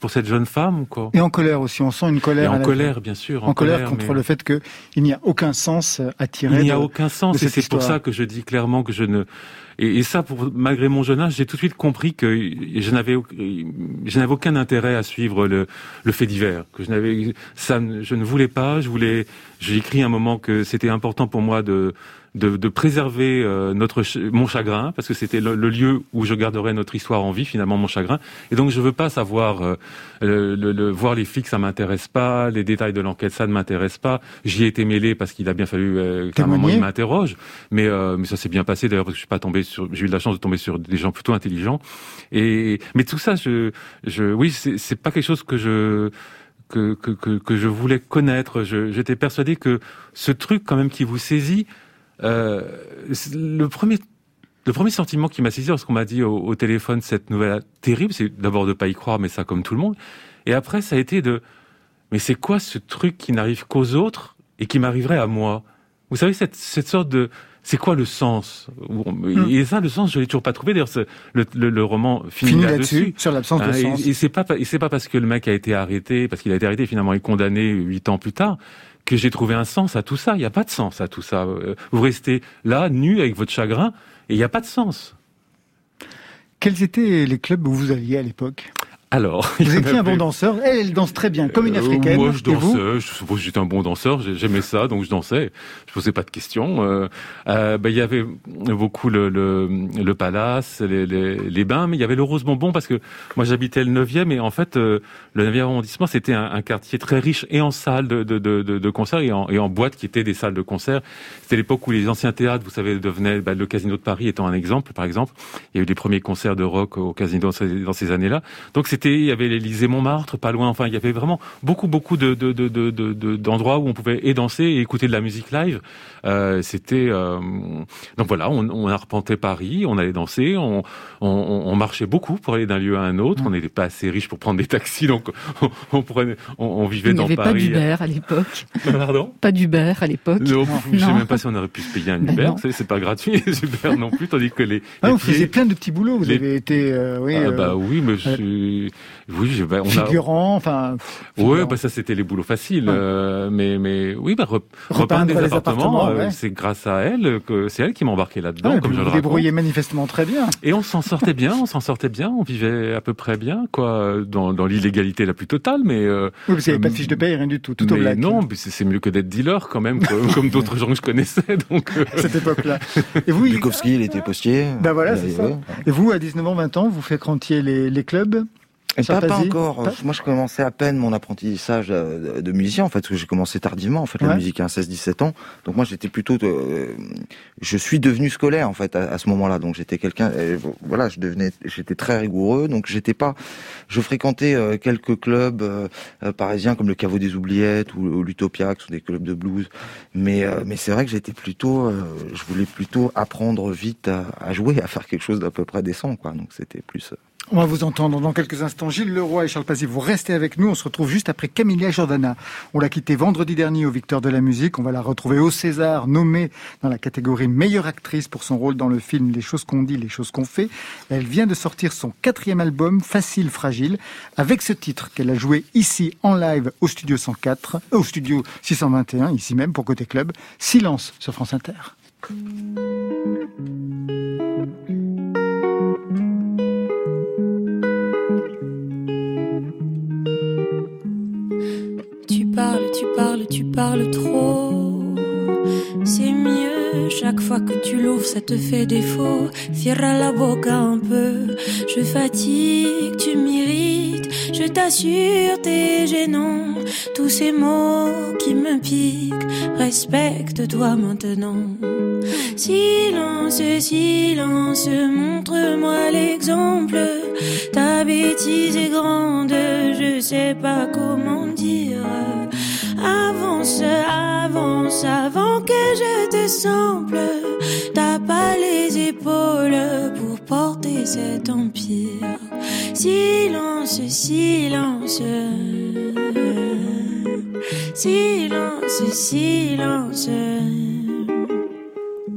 pour cette jeune femme, quoi. Et en colère aussi, on sent une colère. Et en à la colère, fin. bien sûr. En, en colère, colère contre mais... le fait que il n'y a aucun sens à tirer. Il n'y a de, aucun sens, et c'est histoire. pour ça que je dis clairement que je ne. Et, et ça, pour malgré mon jeune âge, j'ai tout de suite compris que je n'avais, je n'avais aucun intérêt à suivre le, le fait divers. Que je n'avais, ça, je ne voulais pas. Je voulais. J'ai écrit un moment que c'était important pour moi de. De, de préserver euh, notre mon chagrin, parce que c'était le, le lieu où je garderais notre histoire en vie, finalement, mon chagrin. Et donc je veux pas savoir euh, le, le, le voir les flics, ça m'intéresse pas, les détails de l'enquête, ça ne m'intéresse pas. J'y ai été mêlé parce qu'il a bien fallu euh, qu'à un moment il m'interroge, mais euh, mais ça s'est bien passé d'ailleurs, parce que je suis pas tombé sur, j'ai eu de la chance de tomber sur des gens plutôt intelligents. Et mais tout ça, je je oui, c'est c'est pas quelque chose que je que que que, que je voulais connaître. Je, j'étais persuadé que ce truc quand même qui vous saisit. Euh, le premier, le premier sentiment qui m'a saisi lorsqu'on m'a dit au, au téléphone cette nouvelle terrible, c'est d'abord de pas y croire, mais ça comme tout le monde. Et après, ça a été de, mais c'est quoi ce truc qui n'arrive qu'aux autres et qui m'arriverait à moi? Vous savez, cette, cette sorte de, c'est quoi le sens? Et ça, le sens, je l'ai toujours pas trouvé. D'ailleurs, le, le, le roman finit, finit là-dessus, là-dessus, sur l'absence de hein, sens. Et, et c'est pas, et c'est pas parce que le mec a été arrêté, parce qu'il a été arrêté finalement et condamné huit ans plus tard, que j'ai trouvé un sens à tout ça. Il n'y a pas de sens à tout ça. Vous restez là, nu, avec votre chagrin, et il n'y a pas de sens. Quels étaient les clubs où vous alliez à l'époque? Alors, vous étiez un bon danseur. Elle, elle danse très bien, comme une africaine. Euh, moi, je et vous dansais. Je suppose que j'étais un bon danseur. J'aimais ça, donc je dansais. Je posais pas de questions. Euh, euh, ben, il y avait beaucoup le, le, le palace, les, les, les bains, mais il y avait le Rose Bonbon parce que moi, j'habitais le neuvième et en fait, euh, le neuvième arrondissement, c'était un, un quartier très riche et en salles de, de, de, de, de concert et en, et en boîtes qui étaient des salles de concert. C'était l'époque où les anciens théâtres, vous savez, devenaient, ben, le Casino de Paris étant un exemple, par exemple. Il y a eu les premiers concerts de rock au Casino dans ces, dans ces années-là. Donc, c'était il y avait l'Élysée Montmartre, pas loin. Enfin, il y avait vraiment beaucoup, beaucoup de, de, de, de, de d'endroits où on pouvait et danser et écouter de la musique live. Euh, c'était euh... donc voilà, on, on arpentait Paris, on allait danser, on, on, on marchait beaucoup pour aller d'un lieu à un autre. Mmh. On n'était pas assez riche pour prendre des taxis, donc on, on prenait, on, on vivait dans Paris. Il n'y avait pas d'Uber à l'époque. Pardon ? Pas d'Uber à l'époque. Non, non. Je ne sais même pas si on aurait pu se payer un Uber. C'est, c'est pas gratuit les Uber non plus, tandis que les. Ah, les vous pieds, faisiez plein de petits boulots. Vous les... avez été, euh, oui. Ah bah euh, oui, mais je... euh, oui, je... bah, on figurant, a... enfin. Oui, bah ça c'était les boulots faciles, ouais. euh, mais mais oui, bah re... repeindre des appartements, appartements ouais. euh, c'est grâce à elle que c'est elle qui m'a embarqué là-dedans. Ah, comme vous je vous le débrouillez manifestement très bien. Et on s'en sortait bien, on s'en sortait bien, on vivait à peu près bien, quoi, dans, dans l'illégalité la plus totale, mais. Euh, oui, parce qu'il n'y avait euh, pas de fiche de paye, rien du tout, tout au black. Non, mais c'est, c'est mieux que d'être dealer quand même, comme, comme d'autres gens que je connaissais, donc. Euh... À cette époque-là. Et vous, Bukowski, il était postier. Ben voilà, c'est ça. Et vous, à dix-neuf ans, vingt ans, vous fréquentiez les, les clubs? Pas, pas encore. Pas... Moi, je commençais à peine mon apprentissage de, de musicien, en fait, parce que j'ai commencé tardivement, en fait, la ouais. musique à seize dix-sept ans. Donc moi, j'étais plutôt, de... je suis devenu scolaire, en fait, à, à ce moment-là. Donc j'étais quelqu'un, euh, voilà, je devenais, j'étais très rigoureux. Donc j'étais pas, je fréquentais euh, quelques clubs euh, parisiens comme le Caveau des Oubliettes ou, ou l'Utopia, qui sont des clubs de blues. Mais euh, mais c'est vrai que j'étais plutôt, euh, je voulais plutôt apprendre vite à, à jouer, à faire quelque chose d'à peu près décent, quoi. Donc c'était plus. Euh... On va vous entendre dans quelques instants. Gilles Leroy et Charles Pazzi, vous restez avec nous. On se retrouve juste après Camilla Jordana. On l'a quittée vendredi dernier aux Victoires de la musique. On va la retrouver au César, nommée dans la catégorie meilleure actrice pour son rôle dans le film Les choses qu'on dit, les choses qu'on fait. Elle vient de sortir son quatrième album, Facile, Fragile, avec ce titre qu'elle a joué ici en live au studio cent quatre, euh, au studio six cent vingt et un, ici même pour Côté Club. Silence sur France Inter. Tu parles, tu parles, tu parles trop. C'est mieux, chaque fois que tu l'ouvres, ça te fait défaut. Cierra la boca un peu. Je fatigue, tu m'irrites. Je t'assure, t'es gênant. Tous ces mots qui me piquent. Respecte-toi maintenant. Silence, silence, montre-moi l'exemple. Ta bêtise est grande, je sais pas comment dire. Avance, avance, avant que je te sample. T'as pas les épaules pour porter cet empire. Silence, silence. Silence, silence.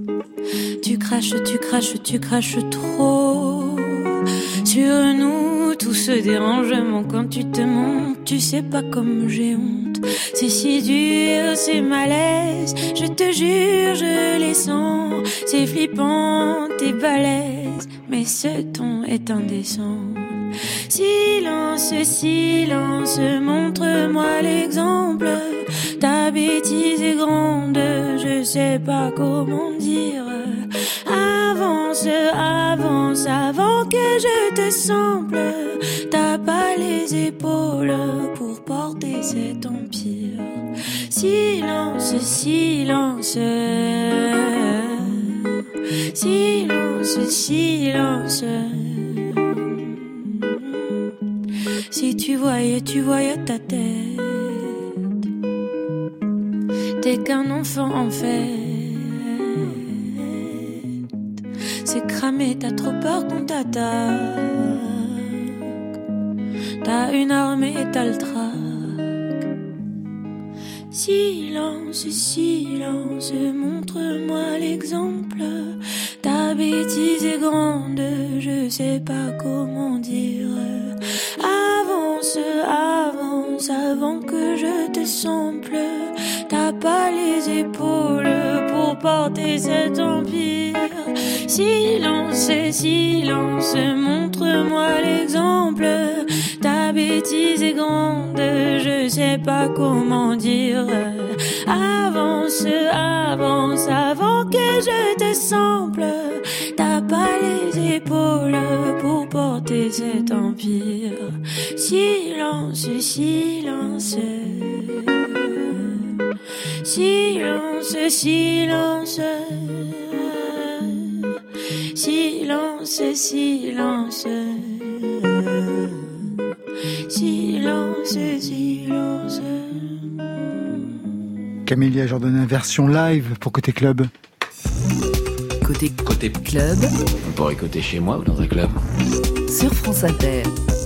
Tu craches, tu craches, tu craches trop sur nous, tout ce dérangement quand tu te montes, tu sais pas comme j'ai honte. C'est si dur, c'est malaise, je te jure, je les sens. C'est flippant, t'es balèze, mais ce ton est indécent. Silence, silence, montre-moi l'exemple. Ta bêtise est grande, je sais pas comment dire. Avance, avance, avant que je te semble. T'as pas les épaules pour porter cet empire. Silence, silence. Silence, silence. Si tu voyais, tu voyais ta tête. T'es qu'un enfant en fait. C'est cramé, t'as trop peur qu'on t'attaque. T'as une armée et t'as le trac. Silence, silence, montre-moi l'exemple. Ta bêtise est grande, je sais pas comment dire. Avance, avance, avant que je te sample. T'as pas les épaules pour porter cet empire. Silence, silence, montre-moi l'exemple. Ta bêtise est grande, je sais pas comment dire. Avance, avance, avant que je te sample. T'as pas les épaules pour porter cet empire. Silence, silence. Silence, silence. Silence, silence. Silence, silence. Camélia Jordanin, version live pour Côté Club. Côté, Côté club, On pourrait écouter chez moi ou dans un club. sur France Inter.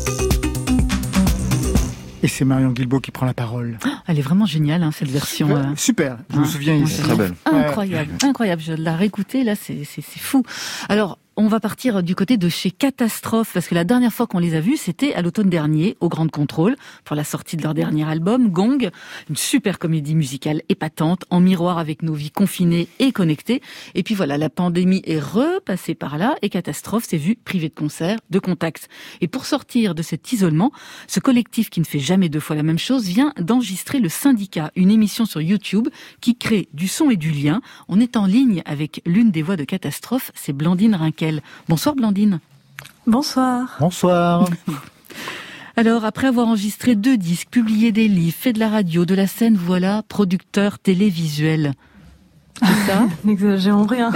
Et c'est Marion Guilbault qui prend la parole. Elle est vraiment géniale, hein, cette version. Ouais, euh. super, je me Ah, souviens ouais, ici. c'est Très belle. Incroyable, incroyable. Je l'ai réécoutée, là, c'est, c'est, c'est fou. Alors, on va partir du côté de chez Catastrophe, parce que la dernière fois qu'on les a vus, c'était à l'automne dernier, au Grand Contrôle, pour la sortie de leur dernier album, Gong, une super comédie musicale épatante, en miroir avec nos vies confinées et connectées. Et puis voilà, la pandémie est repassée par là, et Catastrophe s'est vu privé de concerts, de contacts. Et pour sortir de cet isolement, ce collectif qui ne fait jamais deux fois la même chose vient d'enregistrer Le Syndicat, une émission sur YouTube qui crée du son et du lien. On est en ligne avec l'une des voix de Catastrophe, c'est Blandine Rinkel. Bonsoir Blandine. Bonsoir. Bonsoir. Alors, après avoir enregistré deux disques, publié des livres, fait de la radio, de la scène, voilà, producteur télévisuel. C'est ça? N'exagérons rien.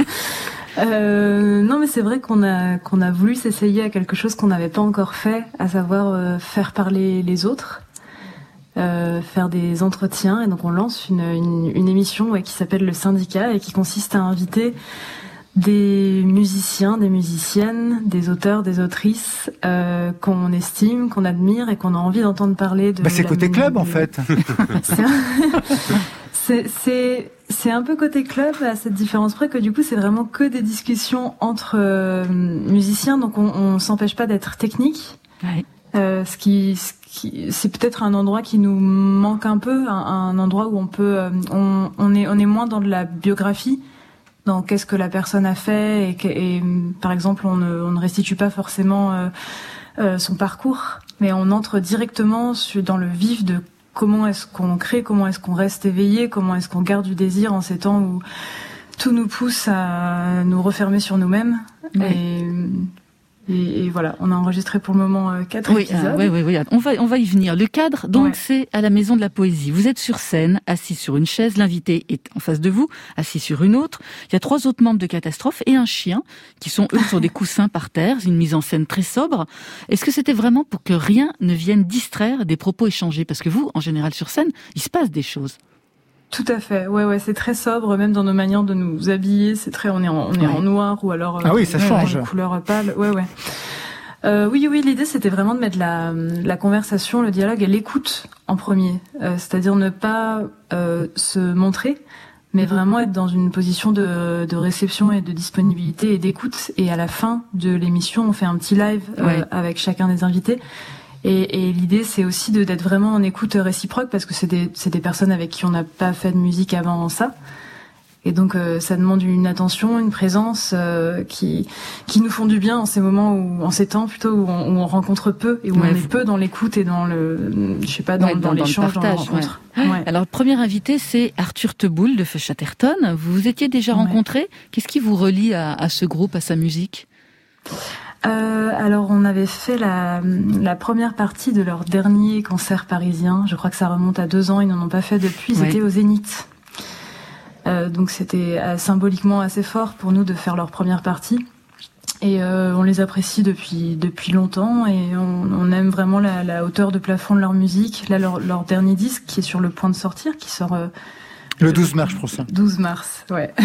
Euh, non, mais c'est vrai qu'on a qu'on a voulu s'essayer à quelque chose qu'on n'avait pas encore fait, à savoir euh, faire parler les autres, euh, faire des entretiens. Et donc on lance une une, une émission ouais, qui s'appelle Le Syndicat et qui consiste à inviter des musiciens, des musiciennes, des auteurs, des autrices euh, qu'on estime, qu'on admire et qu'on a envie d'entendre parler de. Bah c'est la Côté musique. Club en fait. C'est un... c'est, c'est, c'est un peu Côté Club à cette différence près que du coup c'est vraiment que des discussions entre euh, musiciens, donc on, on s'empêche pas d'être technique. Ouais. Euh, ce qui, ce qui, c'est peut-être un endroit qui nous manque un peu, un, un endroit où on peut, euh, on, on est, on est moins dans de la biographie. Dans qu'est-ce que la personne a fait et, que, et par exemple on ne, on ne restitue pas forcément euh, euh, son parcours, mais on entre directement sur, dans le vif de comment est-ce qu'on crée, comment est-ce qu'on reste éveillé, comment est-ce qu'on garde du désir en ces temps où tout nous pousse à nous refermer sur nous-mêmes. Ouais. Et, et, et voilà, on a enregistré pour le moment euh, quatre Oui, épisodes. ah, oui, oui, oui. On va, on va y venir. Le cadre, donc, Ouais. c'est à la Maison de la Poésie. Vous êtes sur scène, assis sur une chaise. L'invité est en face de vous, assis sur une autre. Il y a trois autres membres de Catastrophe et un chien qui sont, eux, sur des coussins par terre. C'est une mise en scène très sobre. Est-ce que c'était vraiment pour que rien ne vienne distraire des propos échangés? Parce que vous, en général, sur scène, il se passe des choses. Tout à fait. Ouais, ouais, c'est très sobre, même dans nos manières de nous habiller. C'est très, on est en, on est Ouais. en noir ou alors. Ah euh, oui, ça ouais, change. Une couleur pâle. Ouais, ouais. Euh, oui, oui, l'idée c'était vraiment de mettre la, la conversation, le dialogue et l'écoute en premier. Euh, c'est-à-dire ne pas euh, se montrer, mais vraiment être dans une position de, de réception et de disponibilité et d'écoute. Et à la fin de l'émission, on fait un petit live euh, Ouais. avec chacun des invités. Et, et l'idée, c'est aussi de, d'être vraiment en écoute réciproque, parce que c'est des, c'est des personnes avec qui on n'a pas fait de musique avant ça. Et donc, euh, ça demande une attention, une présence euh, qui qui nous font du bien en ces moments où, en ces temps plutôt où on, où on rencontre peu et où Ouais, on est vous- peu dans l'écoute et dans le, je sais pas, dans, Ouais, dans, dans- dans le l'échange, dans, la partage, rencontre. ouais. Ouais. Alors, le premier invité, c'est Arthur Teboul de Feu Chatterton. Vous vous étiez déjà Ouais. rencontrés. Qu'est-ce qui vous relie à, à ce groupe, à sa musique? Euh, alors, on avait fait la, la première partie de leur dernier concert parisien. Je crois que ça remonte à deux ans. Ils n'en ont pas fait depuis. Ils Ouais. étaient au Zénith. Euh, donc, c'était euh, symboliquement assez fort pour nous de faire leur première partie. Et euh, on les apprécie depuis depuis longtemps et on, on aime vraiment la, la hauteur de plafond de leur musique. Là, leur, leur dernier disque qui est sur le point de sortir, qui sort euh, Le douze mars prochain. douze mars, ouais.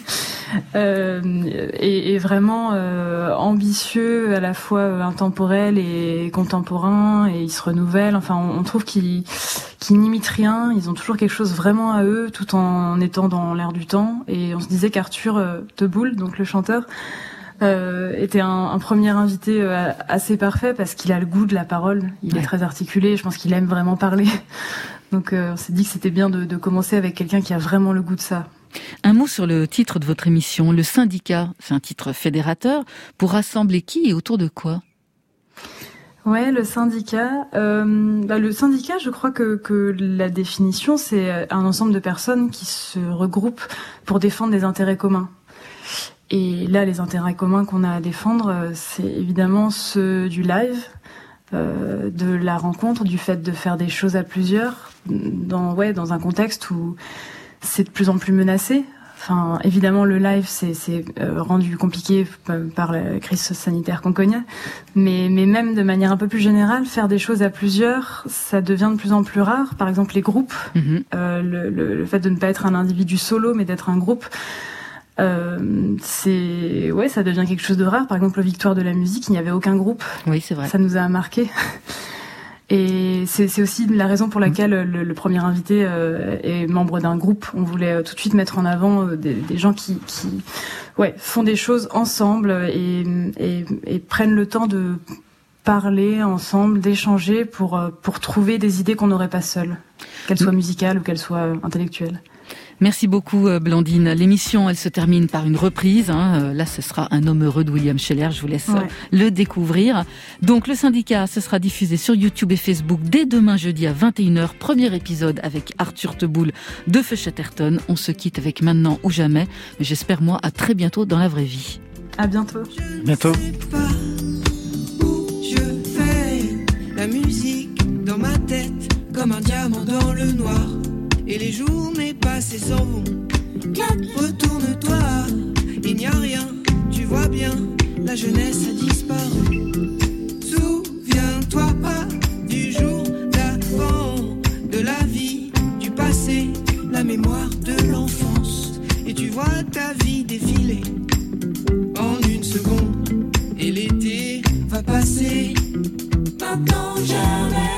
euh, et, et vraiment euh, ambitieux, à la fois euh, intemporel et contemporain, et ils se renouvellent. Enfin, on, on trouve qu'ils qu'ils n'imitent rien. Ils ont toujours quelque chose vraiment à eux, tout en étant dans l'air du temps. Et on se disait qu'Arthur euh, Teboul, donc le chanteur, euh, était un, un premier invité euh, assez parfait parce qu'il a le goût de la parole. Il Ouais. est très articulé. Je pense qu'il aime vraiment parler. Donc euh, on s'est dit que c'était bien de, de commencer avec quelqu'un qui a vraiment le goût de ça. Un mot sur le titre de votre émission, Le Syndicat. C'est un titre fédérateur. Pour rassembler qui et autour de quoi? Ouais, le syndicat. Euh, bah, le syndicat, je crois que, que la définition, c'est un ensemble de personnes qui se regroupent pour défendre des intérêts communs. Et là, les intérêts communs qu'on a à défendre, euh, c'est évidemment ceux du live, euh, de la rencontre, du fait de faire des choses à plusieurs, dans ouais, dans un contexte où c'est de plus en plus menacé. Enfin, évidemment, le live, c'est, c'est euh, rendu compliqué euh, par la crise sanitaire qu'on connaît. Mais, mais même de manière un peu plus générale, faire des choses à plusieurs, ça devient de plus en plus rare. Par exemple, les groupes, Mhm. euh, le, le, le fait de ne pas être un individu solo, mais d'être un groupe, euh, c'est, ouais, ça devient quelque chose de rare. Par exemple, aux Victoires de la musique, il n'y avait aucun groupe. Oui, c'est vrai. Ça nous a marqué. Et c'est, c'est aussi la raison pour laquelle le, le premier invité euh, est membre d'un groupe. On voulait euh, tout de suite mettre en avant euh, des, des gens qui, qui ouais, font des choses ensemble et, et, et prennent le temps de parler ensemble, d'échanger pour, euh, pour trouver des idées qu'on n'aurait pas seules, qu'elles soient musicales ou qu'elles soient euh, intellectuelles. Merci beaucoup, euh, Blandine. L'émission, elle se termine par une reprise. Hein. Euh, Là, ce sera Un homme heureux de William Scheller. Je vous laisse Ouais. euh, le découvrir. Donc, le syndicat, ce sera diffusé sur YouTube et Facebook dès demain jeudi à vingt et une heures. Premier épisode avec Arthur Teboul de Feu Chatterton. On se quitte avec Maintenant ou Jamais. Mais j'espère, moi, à très bientôt dans la vraie vie. À bientôt. Bientôt. Je fais la musique dans ma tête comme un diamant dans le noir. Et les journées passées s'en vont. Retourne-toi, il n'y a rien, tu vois bien, la jeunesse a disparu. Souviens-toi pas du jour d'avant, de la vie, du passé, la mémoire de l'enfance. Et tu vois ta vie défiler en une seconde. Et l'été va passer. Maintenant jamais.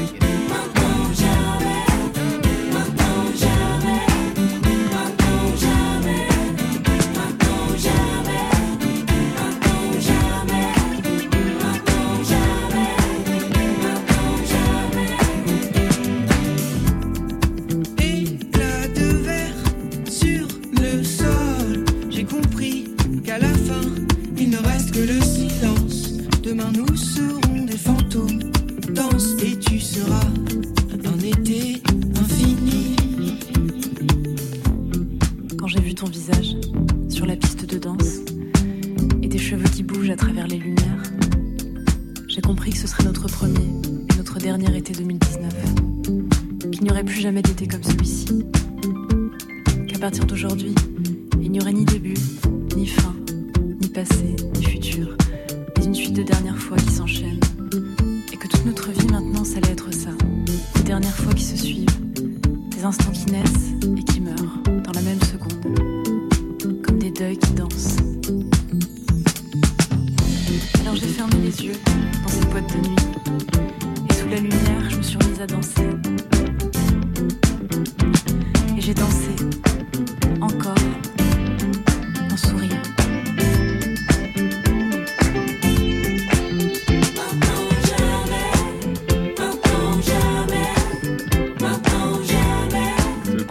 Demain nous serons des fantômes. Danse et tu seras un été infini. Quand j'ai vu ton visage sur la piste de danse et tes cheveux qui bougent à travers les lumières, j'ai compris que ce serait notre premier et notre dernier été deux mille dix-neuf. Qu'il n'y aurait plus jamais d'été comme celui-ci. Qu'à partir d'aujourd'hui, il n'y aurait ni début, ni fin, ni passé, ni futur. Mais une suite de dernières fois qui s'enchaînent. Et que toute notre vie maintenant, ça allait être ça. Des dernières fois qui se suivent. Des instants qui naissent et qui meurent dans la même seconde. Comme des deuils qui dansent. Alors j'ai fermé les yeux dans cette boîte de nuit. Et sous la lumière, je me suis remise à danser. Et j'ai dansé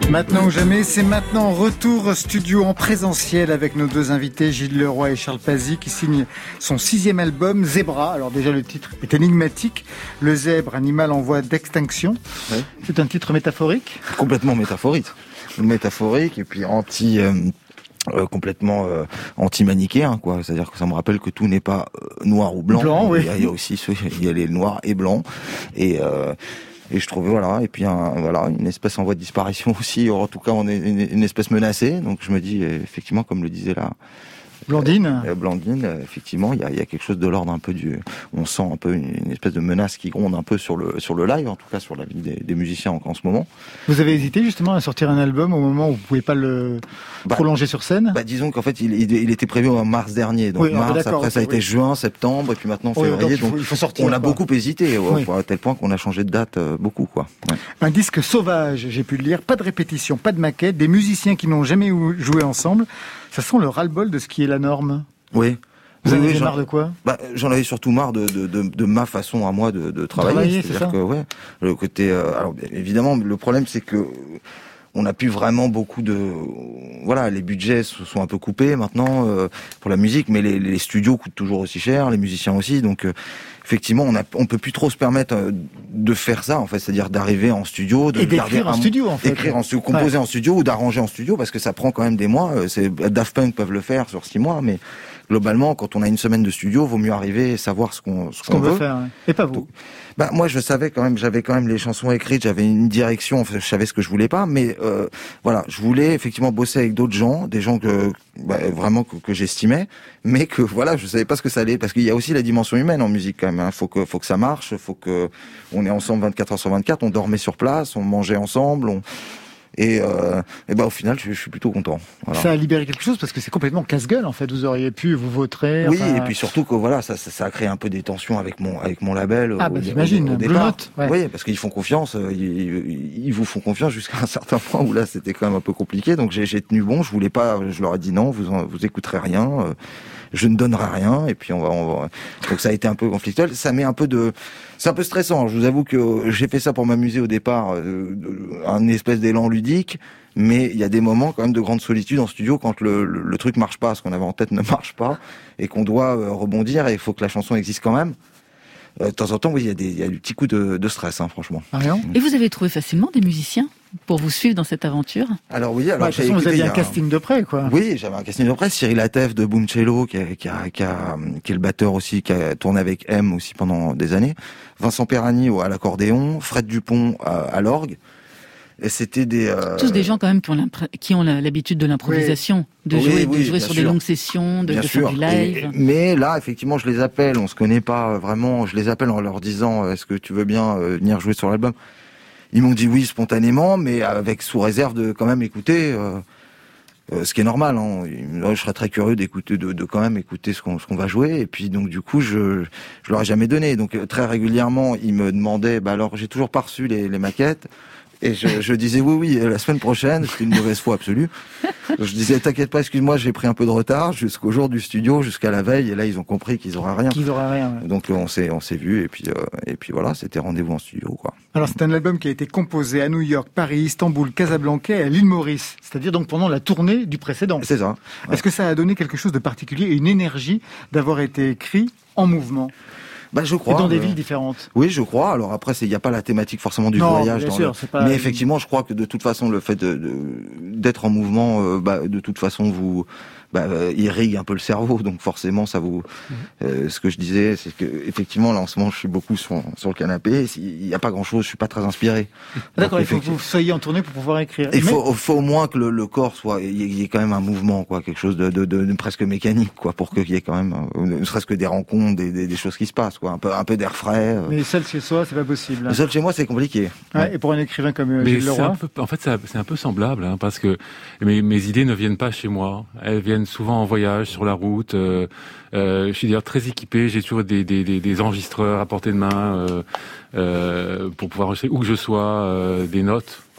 Maintenant ou jamais, c'est maintenant. Retour studio en présentiel avec nos deux invités, Gilles Leroy et Charles Pazzi, qui signent son sixième album, Zebra. Alors déjà, le titre est énigmatique. Le zèbre, animal en voie d'extinction. Oui. C'est un titre métaphorique ? Complètement métaphorique. Métaphorique et puis anti... Euh... Euh, complètement euh, anti-manichéen, quoi. C'est-à-dire que ça me rappelle que tout n'est pas euh, noir ou blanc. Blanc, oui. Il y a, il y a aussi ce, il y a les noirs et blancs. Et euh, et je trouvais voilà. Et puis un, voilà une espèce en voie de disparition aussi. En tout cas, on est une, une espèce menacée. Donc je me dis effectivement, comme le disait là. Blandine. Euh, Blandine, euh, effectivement, il y a, il y a quelque chose de l'ordre un peu du. On sent un peu une, une espèce de menace qui gronde un peu sur le sur le live, en tout cas sur la vie des, des musiciens en, en ce moment. Vous avez hésité justement à sortir un album au moment où vous pouvez pas le bah, prolonger sur scène ? Bah disons qu'en fait, il, il, il était prévu en mars dernier, donc oui, mars. Après, okay, ça a été oui. juin, septembre, et puis maintenant oui, février. Donc, il faut, donc il faut sortir. On a quoi. beaucoup hésité, ouais, oui. à tel point qu'on a changé de date euh, beaucoup, quoi. Ouais. Un disque sauvage, j'ai pu le lire. Pas de répétition, pas de maquette, des musiciens qui n'ont jamais joué ensemble. Ça sent le ras-le-bol de ce qui est la norme. Oui. Vous oui, en avez oui, marre de quoi ? Bah, j'en avais surtout marre de, de, de, de ma façon à moi de, de travailler. travailler C'est-à-dire que, ouais, le côté. Euh, alors, évidemment, le problème, c'est que on n'a plus vraiment beaucoup de. Voilà, les budgets se sont un peu coupés maintenant euh, pour la musique, mais les, les studios coûtent toujours aussi cher, les musiciens aussi, donc. Euh, Effectivement, on a, on peut plus trop se permettre de faire ça, en fait, c'est-à-dire d'arriver en studio, de et d'écrire en studio, en fait, d'écrire en studio, composer ouais. en studio ou d'arranger en studio, parce que ça prend quand même des mois. C'est Daft Punk peuvent le faire sur six mois, mais globalement, quand on a une semaine de studio, vaut mieux arriver et savoir ce qu'on, ce, ce qu'on, qu'on veut veut faire. Ouais. Et pas vous. Donc, bah moi, je savais quand même, j'avais quand même les chansons écrites, j'avais une direction, je savais ce que je voulais pas, mais euh, voilà, je voulais effectivement bosser avec d'autres gens, des gens que bah, vraiment que, que j'estimais, mais que voilà, je savais pas ce que ça allait, parce qu'il y a aussi la dimension humaine en musique quand même. Hein. Faut que, faut que ça marche, faut que on est ensemble vingt-quatre heures sur vingt-quatre, on dormait sur place, on mangeait ensemble, on Et, euh, et ben au final, je, je suis plutôt content. Voilà. Ça a libéré quelque chose parce que c'est complètement casse-gueule en fait. Vous auriez pu vous vautrer. Oui, enfin... et puis surtout que voilà, ça, ça, ça a créé un peu des tensions avec mon avec mon label. Ah au, bah au, j'imagine. Au, au départ. Ouais. Oui, parce qu'ils font confiance. Ils, ils vous font confiance jusqu'à un certain point où là, c'était quand même un peu compliqué. Donc j'ai, j'ai tenu bon. Je voulais pas. Je leur ai dit non. Vous vous écouterez rien. Euh, je ne donnerai rien. Et puis on va, on va. Donc ça a été un peu conflictuel. Ça met un peu de. C'est un peu stressant. Je vous avoue que j'ai fait ça pour m'amuser au départ, euh, un espèce d'élan ludique. Mais il y a des moments quand même de grande solitude en studio quand le, le, le truc marche pas, ce qu'on avait en tête ne marche pas, et qu'on doit euh, rebondir, et il faut que la chanson existe quand même. Euh, de temps en temps, oui, il y a des, il y a du petit coup de, de stress, hein, franchement. Ah non. Et vous avez trouvé facilement des musiciens pour vous suivre dans cette aventure? Alors oui, alors ouais, de toute façon, vous aviez un casting de près, quoi. Oui, j'avais un casting de près. Cyril Atef de Boom Cello, qui, a, qui, a, qui, a, qui est le batteur aussi, qui a tourné avec M aussi pendant des années. Vincent Perani à l'accordéon, Fred Dupont à, à l'orgue. Et c'était des euh... tous des gens quand même qui ont, qui ont l'habitude de l'improvisation, oui. de jouer, oui, oui, de jouer sur sûr. des longues sessions, de, de faire du live. Et, mais là, effectivement, je les appelle, on se connaît pas vraiment. Je les appelle en leur disant est-ce que tu veux bien euh, venir jouer sur l'album? Ils m'ont dit oui spontanément, mais avec sous réserve de quand même écouter. Euh, euh, ce qui est normal, hein. Je serais très curieux d'écouter, de, de quand même écouter ce qu'on, ce qu'on va jouer. Et puis donc du coup, je je leur ai jamais donné. Donc très régulièrement, ils me demandaient. Bah alors, j'ai toujours pas reçu les, les maquettes. Et je, je disais oui, oui, la semaine prochaine, c'était une mauvaise foi absolue. Je disais t'inquiète pas, excuse-moi, j'ai pris un peu de retard jusqu'au jour du studio, jusqu'à la veille, et là ils ont compris qu'ils auraient rien. Qu'ils auraient rien. Ouais. Donc on s'est, on s'est vu, et puis euh, et puis voilà, c'était rendez-vous en studio, quoi. Alors c'est un album qui a été composé à New York, Paris, Istanbul, Casablanca et à l'île Maurice, c'est-à-dire donc pendant la tournée du précédent. C'est ça. Ouais. Est-ce que ça a donné quelque chose de particulier, une énergie d'avoir été écrit en mouvement? Bah, je crois. Et dans des euh... villes différentes. Oui, je crois. Alors après, il n'y a pas la thématique forcément du non, voyage. Bien dans sûr, le... c'est pas... Mais effectivement, je crois que de toute façon, le fait de, de, d'être en mouvement, euh, bah, de toute façon, vous, bah, euh, irrigue un peu le cerveau. Donc forcément, ça vous. Mmh. Euh, ce que je disais, c'est que effectivement, là en ce moment, je suis beaucoup sur, sur le canapé. Il n'y a pas grand-chose. Je suis pas très inspiré. D'accord. Donc, il faut que vous soyez en tournée pour pouvoir écrire. Il Mais... faut, faut au moins que le, le corps soit. Il y ait quand même un mouvement, quoi, quelque chose de, de, de, de presque mécanique, quoi, pour qu'il y ait quand même, ne serait-ce que des rencontres, des, des, des choses qui se passent, quoi, un peu, un peu d'air frais. Mais seul chez soi, c'est pas possible. Hein. Seul chez moi, c'est compliqué. Ouais, ouais. Et pour un écrivain comme Gilles Leroy, un peu, en fait, c'est un peu semblable, hein, parce que mes, mes idées ne viennent pas chez moi. Elles viennent souvent en voyage, sur la route. Euh, euh, je suis d'ailleurs très équipé. J'ai toujours des, des, des, des enregistreurs à portée de main euh, euh, pour pouvoir, où que je sois, euh, des notes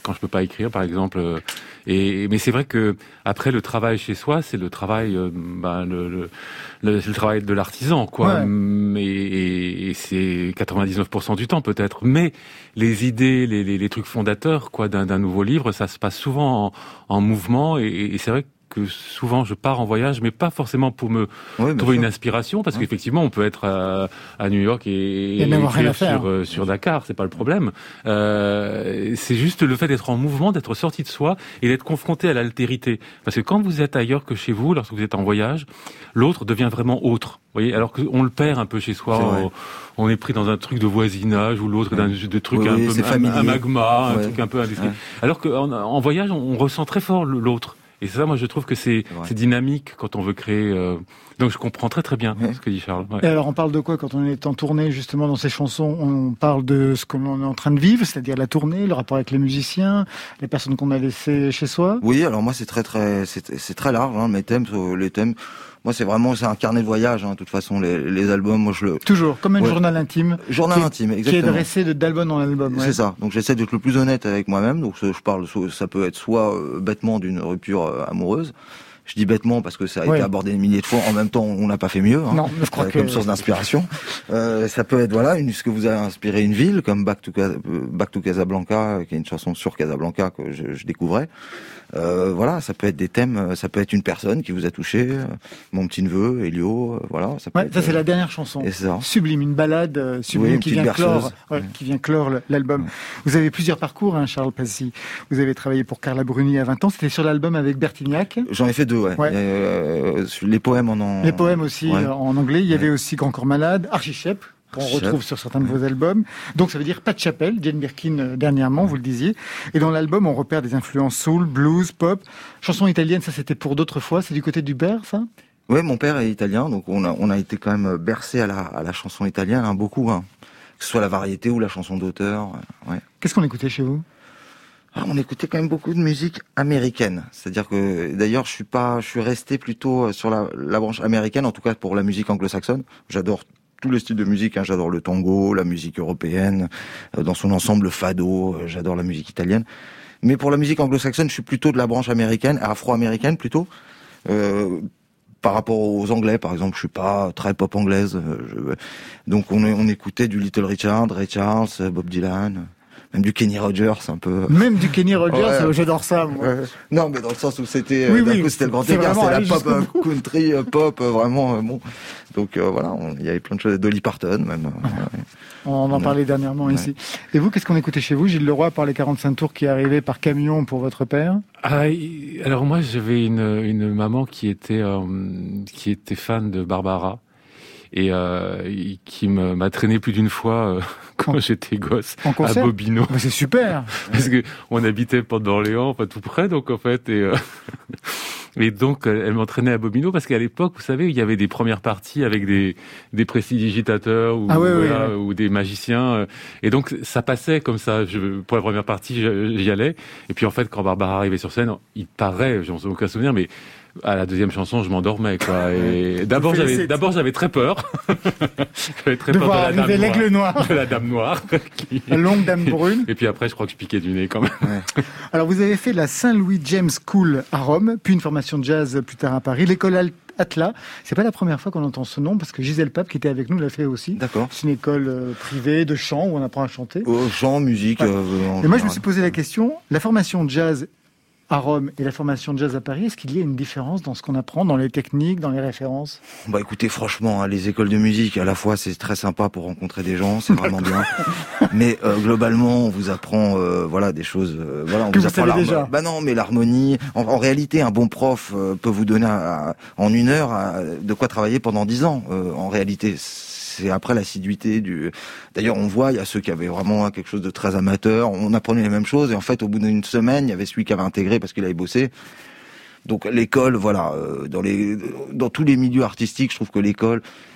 quand je peux pas écrire, par exemple. Euh, et mais c'est vrai que après le travail chez soi, c'est le travail, euh, bah, le, le, le, le travail de l'artisan, quoi. Ouais. Mais et, et c'est quatre-vingt-dix-neuf pour cent du temps peut-être. Mais les idées, les, les, les trucs fondateurs, quoi, d'un, d'un nouveau livre, ça se passe souvent en, en mouvement. Et, et c'est vrai que que souvent je pars en voyage, mais pas forcément pour me Oui, trouver sûr. une inspiration, parce Ouais. qu'effectivement on peut être à, à New York et, Et n'avoir rien à écrire faire. sur, euh, sur Dakar, c'est pas le problème. Euh, c'est juste le fait d'être en mouvement, d'être sorti de soi et d'être confronté à l'altérité. Parce que quand vous êtes ailleurs que chez vous, lorsque vous êtes en voyage, l'autre devient vraiment autre. Vous voyez, alors qu'on le perd un peu chez soi, C'est vrai. on, on est pris dans un truc de voisinage ou l'autre Ouais. d'un de trucs Oui, un oui, peu c'est un, familier. un magma, un Ouais. truc un peu indiscret. Ouais. Alors qu'en en voyage, on, on ressent très fort l'autre. Et ça, moi, je trouve que c'est, C'est vrai. c'est dynamique quand on veut créer. Euh... Donc, je comprends très très bien Ouais. ce que dit Charles. Ouais. Et alors, on parle de quoi quand on est en tournée, justement, dans ces chansons? On parle de ce que l'on est en train de vivre, c'est-à-dire la tournée, le rapport avec les musiciens, les personnes qu'on a laissées chez soi. Oui, alors moi c'est très très c'est, c'est très large. Hein, mes thèmes, euh, les thèmes. Moi c'est vraiment c'est un carnet de voyage. Hein, de toute façon les, les albums, moi je le Toujours, comme un Ouais. journal intime. journal Qui est- intime Qui est exactement. dressé de- d'album en album. Ouais. C'est ça. Donc j'essaie d'être le plus honnête avec moi-même. Donc je parle, ça peut être soit euh, bêtement d'une rupture euh, amoureuse. Je dis bêtement parce que ça a Ouais. été abordé des milliers de fois. En même temps, on n'a pas fait mieux. Hein, Non, je crois euh, que comme source d'inspiration. Euh, ça peut être voilà, une, ce que vous avez inspiré une ville, comme Back to, Cas- euh, Back to Casablanca, euh, qui est une chanson sur Casablanca que je, je découvrais. Euh, voilà, ça peut être des thèmes, euh, ça peut être une personne qui vous a touché, euh, mon petit neveu, Elio, euh, voilà. Ça, peut Ouais, être, ça c'est euh, la dernière chanson. et c'est ça. Sublime, une balade euh, sublime Oui, une qui petite vient clore, berceuse. ouais, Ouais. qui vient clore le- l'album. Ouais. Vous avez plusieurs parcours, hein, Charles Passy. Vous avez travaillé pour Carla Bruni à vingt ans. C'était sur l'album avec Bertignac. J'en ai fait deux, ouais. Ouais. Il y a, euh, les poèmes en, en Les poèmes aussi ouais. euh, en anglais. Il y avait Ouais. aussi Grand Corps Malade, Archichep, qu'on Archichep. retrouve sur certains de vos albums. Donc ça veut dire pas de chapelle, Jane Birkin euh, dernièrement, vous le disiez. Et dans l'album, on repère des influences soul, blues, pop. Chansons italiennes, ça c'était pour d'autres fois. C'est du côté du Hubert, ça? Ouais, mon père est italien, donc on a on a été quand même bercé à la à la chanson italienne, hein, beaucoup, hein. Que ce soit la variété ou la chanson d'auteur. Ouais. Qu'est-ce qu'on écoutait chez vous? Ah, on écoutait quand même beaucoup de musique américaine. C'est-à-dire que, d'ailleurs, je suis pas, je suis resté plutôt sur la, la branche américaine, en tout cas pour la musique anglo-saxonne. J'adore tous les styles de musique, hein. J'adore le tango, la musique européenne, euh, dans son ensemble, le fado, euh, j'adore la musique italienne. Mais pour la musique anglo-saxonne, je suis plutôt de la branche américaine, afro-américaine plutôt. Euh, par rapport aux Anglais, par exemple, je suis pas très pop anglaise. euh, je... Donc on, on écoutait du Little Richard, Ray Charles, Bob Dylan, même du Kenny Rogers, un peu. Même du Kenny Rogers, Ouais. euh, j'adore ça, moi. Ouais. Non, mais dans le sens où c'était, Oui, euh, d'un oui, coup, c'était le grand c'est écart, vraiment c'est la aller pop, jusqu'au euh, bout. country, euh, pop, euh, vraiment, euh, bon. Donc euh, voilà, on- il y avait plein de choses, Dolly Parton même. euh, ouais. On en Ouais. parlait dernièrement Ouais. ici. Et vous, qu'est-ce qu'on écoutait chez vous? Gilles Leroy par les quarante-cinq tours qui est arrivé par camion pour votre père? Ah, y- alors moi, j'avais une, une maman qui était euh, qui était fan de Barbara et euh, y- qui me- m'a traîné plus d'une fois euh, quand j'étais gosse En à concert? Bobino. Bah, c'est super. Parce que on habitait Porte d'Orléans, pas tout près, donc en fait, et, euh, et donc euh, elle m'entraînait à Bobino parce qu'à l'époque, vous savez, il y avait des premières parties avec des des prestidigitateurs ou Ah ouais, ouais, voilà, ouais. ou des magiciens, euh, et donc ça passait comme ça. Je, pour la première partie, je- j'y allais, et puis en fait, quand Barbara arrivait sur scène, il paraît, j'en ai aucun souvenir, mais à la deuxième chanson, je m'endormais, quoi. Et d'abord, j'avais, félicite. d'abord, j'avais très peur. j'avais très De peur voir de la arriver dame l'aigle noire. noir, De la dame noire. qui- la longue dame brune. Et puis après, je crois que je piquais du nez quand même. Alors, vous avez fait la Saint-Louis James School à Rome, puis une formation de jazz plus tard à Paris, l'école Al- Atlas. C'est pas la première fois qu'on entend ce nom, parce que Gisèle Pape, qui était avec nous, l'a fait aussi. D'accord. C'est une école euh, privée de chant où on apprend à chanter. Au chant, musique. Ouais. euh, en Et moi, je me général. suis posé la question, la formation de jazz à Rome et la formation de jazz à Paris, est-ce qu'il y a une différence dans ce qu'on apprend, dans les techniques, dans les références? Bah écoutez, franchement, hein, les écoles de musique, à la fois, c'est très sympa pour rencontrer des gens, c'est vraiment bien. Mais euh, globalement, on vous apprend, euh, voilà, des choses. euh, voilà, on Que vous vous apprend savez l'harmo- déjà. Bah non, mais l'harmonie. En, en réalité, un bon prof euh, peut vous donner à- à- en une heure à- de quoi travailler pendant dix ans. euh, en réalité, c'est après l'assiduité du. D'ailleurs, on voit, il y a ceux qui avaient vraiment quelque chose de très amateur. On apprenait les mêmes choses et en fait, au bout d'une semaine, il y avait celui qui avait intégré parce qu'il avait bossé. Donc l'école, voilà, euh, dans les dans tous les milieux artistiques, je trouve que l'école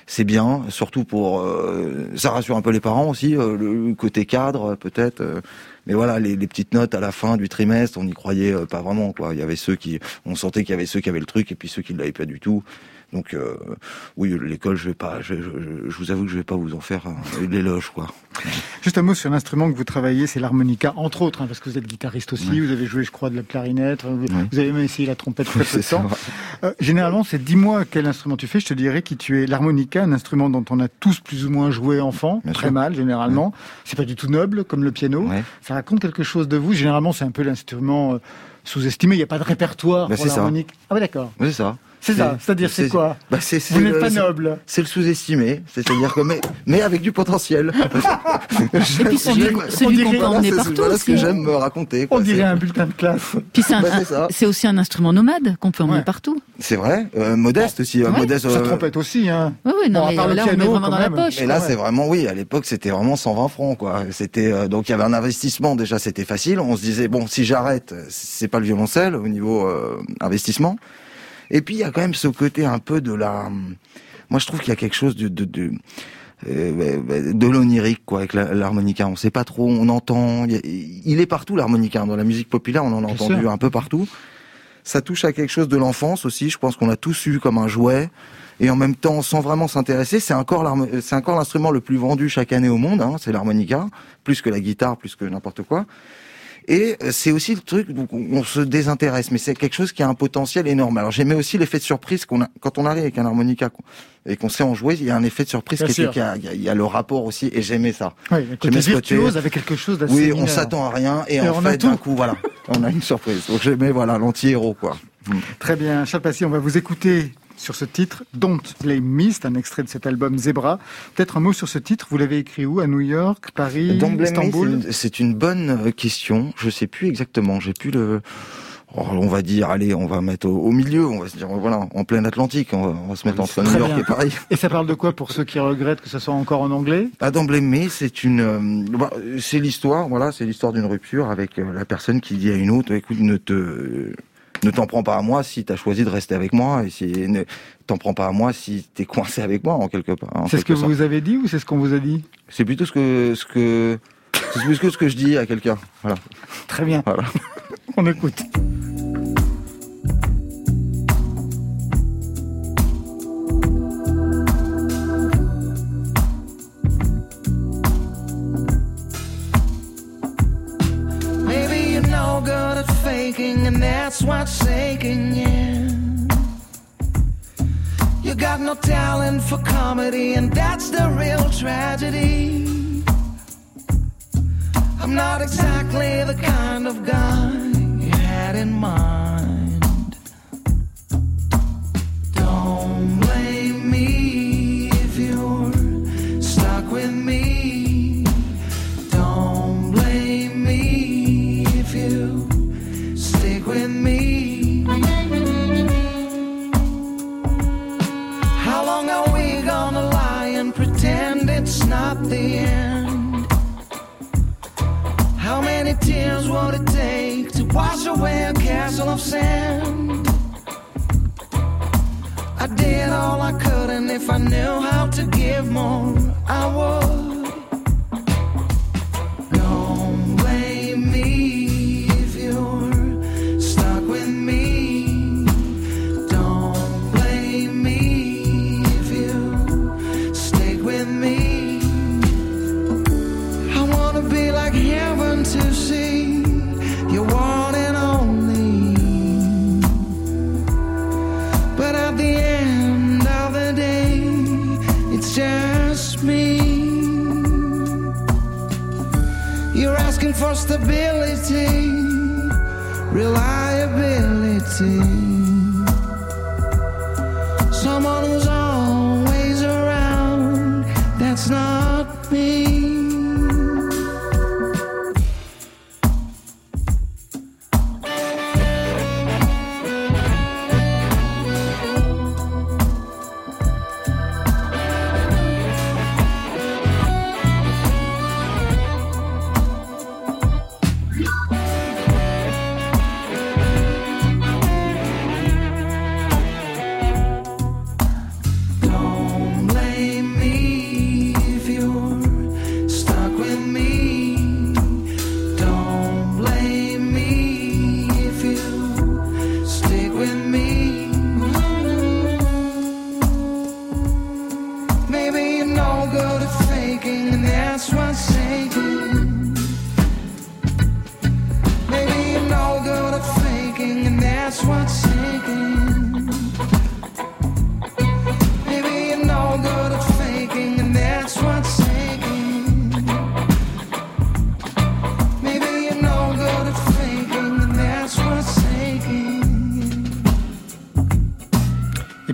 c'est bien, surtout pour euh, ça rassure un peu les parents aussi, euh, le côté cadre peut-être. Euh, mais voilà, les, les petites notes à la fin du trimestre, on n'y croyait euh, pas vraiment, quoi. Il y avait ceux qui, on sentait qu'il y avait ceux qui avaient le truc et puis ceux qui ne l'avaient pas du tout. Donc euh, oui, l'école, je vais pas, je, je, je vous avoue que je vais pas vous en faire euh, l'éloge, quoi. Juste un mot sur l'instrument que vous travaillez, c'est l'harmonica, entre autres, hein, parce que vous êtes guitariste aussi, Oui. vous avez joué, je crois, de la clarinette, vous, Oui. vous avez même essayé la trompette très Oui, peu de c'est temps. ça. Euh, généralement, c'est dis-moi quel instrument tu fais, je te dirais qui tu es. L'harmonica, un instrument dont on a tous plus ou moins joué enfant, Bien très sûr. mal généralement. C'est pas du tout noble comme le piano. Ouais. Ça raconte quelque chose de vous. Généralement, c'est un peu l'instrument euh, sous-estimé. Il n'y a pas de répertoire Bah, pour c'est ça. l'harmonique. Ah ouais, d'accord. Oui, c'est ça. C'est ça. C'est-à-dire, c'est quoi bah, c'est, c'est Vous n'êtes le- pas c'est- noble. C'est le sous-estimé, c'est-à-dire que mais, mais avec du potentiel. Et puis celui, dirait- on celui qu'on dirait- peut emmener Voilà, c'est- partout voilà ce que aussi. j'aime me raconter. Quoi. On dirait C'est- un bulletin de classe. Puis c'est, un- Bah, c'est ça. un- c'est aussi un instrument nomade qu'on peut emmener Ouais. partout. C'est vrai, euh, modeste aussi. euh, Ouais. modeste, Ça euh, trompette aussi, hein. Oui, oui, non, Bon, à mais part le là, on piano, met vraiment quand dans la même. poche. Et là, Ouais. c'est vraiment, oui, à l'époque, c'était vraiment cent vingt francs, quoi. C'était, euh, donc il y avait un investissement, déjà, c'était facile. On se disait, bon, si j'arrête, c'est pas le violoncelle au niveau euh, investissement. Et puis, il y a quand même ce côté un peu de la... Moi, je trouve qu'il y a quelque chose de... de, de euh, de l'onirique, quoi, avec la- l'harmonica. On sait pas trop, on entend... Il, y a- il est partout, l'harmonica. Dans la musique populaire, on en a Bien entendu sûr. un peu partout. Ça touche à quelque chose de l'enfance aussi. Je pense qu'on l'a tous eu comme un jouet. Et en même temps, sans vraiment s'intéresser, c'est encore l'harmo- c'est encore l'instrument le plus vendu chaque année au monde, hein, c'est l'harmonica, plus que la guitare, plus que n'importe quoi. Et c'est aussi le truc où on se désintéresse, mais c'est quelque chose qui a un potentiel énorme. Alors j'aimais aussi l'effet de surprise qu'on a quand on arrive avec un harmonica et qu'on sait en jouer, il y a un effet de surprise Bien qui sûr. était, qui a, il y a- il y a le rapport aussi, et j'aimais ça. Oui, le côté J'aimais ce côté- virtuose avec quelque chose d'assez Oui, on mineur. s'attend à rien et, Et en on a fait tout. d'un coup, voilà, on a une surprise. Donc j'aimais voilà l'anti-héros, quoi. Très bien, Charles Passy, on va vous écouter sur ce titre, Don't Blame Me, c'est un extrait de cet album Zebra. Peut-être un mot sur ce titre, vous l'avez écrit où? À New York, Paris, Don't Blame Me, Istanbul? c'est une- c'est une bonne euh, question. Je sais plus exactement. J'ai plus le. Oh, on va dire, allez, on va mettre au, au milieu. On va se dire, voilà, en plein Atlantique. On va, on va se mettre entre New Très York bien. et Paris. Et ça parle de quoi pour ceux qui regrettent que ce soit encore en anglais? Ah, Don't Blame Me, c'est une. euh, bah, c'est l'histoire. Voilà, c'est l'histoire d'une rupture avec euh, la personne qui dit à une autre, écoute, ne te. Ne t'en prends pas à moi si t'as choisi de rester avec moi, et si ne t'en prends pas à moi si t'es coincé avec moi en quelque part. en C'est ce que quelque sorte. vous avez dit ou c'est ce qu'on vous a dit? C'est plutôt ce que ce que c'est plus que ce que je dis à quelqu'un. Voilà. Très bien, Voilà. on écoute. Maybe you're no good at faking, and that's what's aching, yeah. You got no talent for comedy, and that's the real tragedy. I'm not exactly the kind of guy you had in mind. Don't blame me if you're stuck with me. Don't blame me if you stick with me. How long are we gonna lie and pretend it's not the end? How many tears would it take to wash away a castle of sand? I did all I could, and if I knew how to give more, I would. Don't blame me if you're stuck with me. Don't blame me if you stick with me. I wanna be like heaven to see you're one and only. But at the end of the day, it's just me. You're asking for stability, reliability. Someone who's always around, that's not me.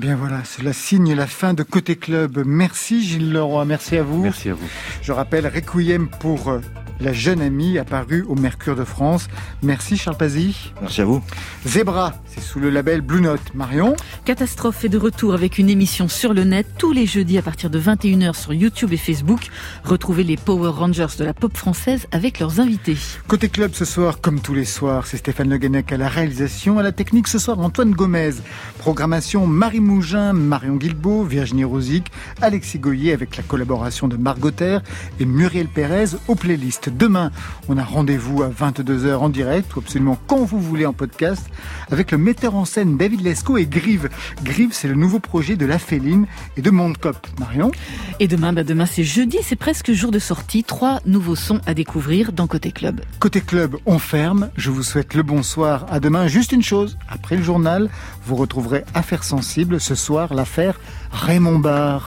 bien voilà, cela signe la fin de Côté Club. Merci Gilles Leroy, merci à vous. Merci à vous. Je rappelle Requiem pour euh, la jeune amie, apparue au Mercure de France. Merci Charles Pazzi. Merci à vous. Zebra, c'est sous le label Blue Note. Marion. Catastrophe est de retour avec une émission sur le net tous les jeudis à partir de vingt et une heures sur YouTube et Facebook. Retrouvez les Power Rangers de la pop française avec leurs invités. Côté Club ce soir, comme tous les soirs, c'est Stéphane Le Guenec à la réalisation, à la technique ce soir Antoine Gomez. Programmation Marie Mougin, Marion Guilbault, Virginie Rosic, Alexis Goyer avec la collaboration de Margot Terre et Muriel Pérez aux playlists. Demain, on a rendez-vous à vingt-deux heures en direct ou absolument quand vous voulez en podcast avec le metteur en scène David Lescaut et Grive. Grive, c'est le nouveau projet de La Féline et de Mondcop. Marion. Et demain, bah demain c'est jeudi, c'est presque jour de sortie. Trois nouveaux sons à découvrir dans Côté Club. Côté Club, on ferme. Je vous souhaite le bonsoir. À demain. Juste une chose, après le journal, vous retrouverez Affaires sensibles. Ce soir, l'affaire Raymond Barre.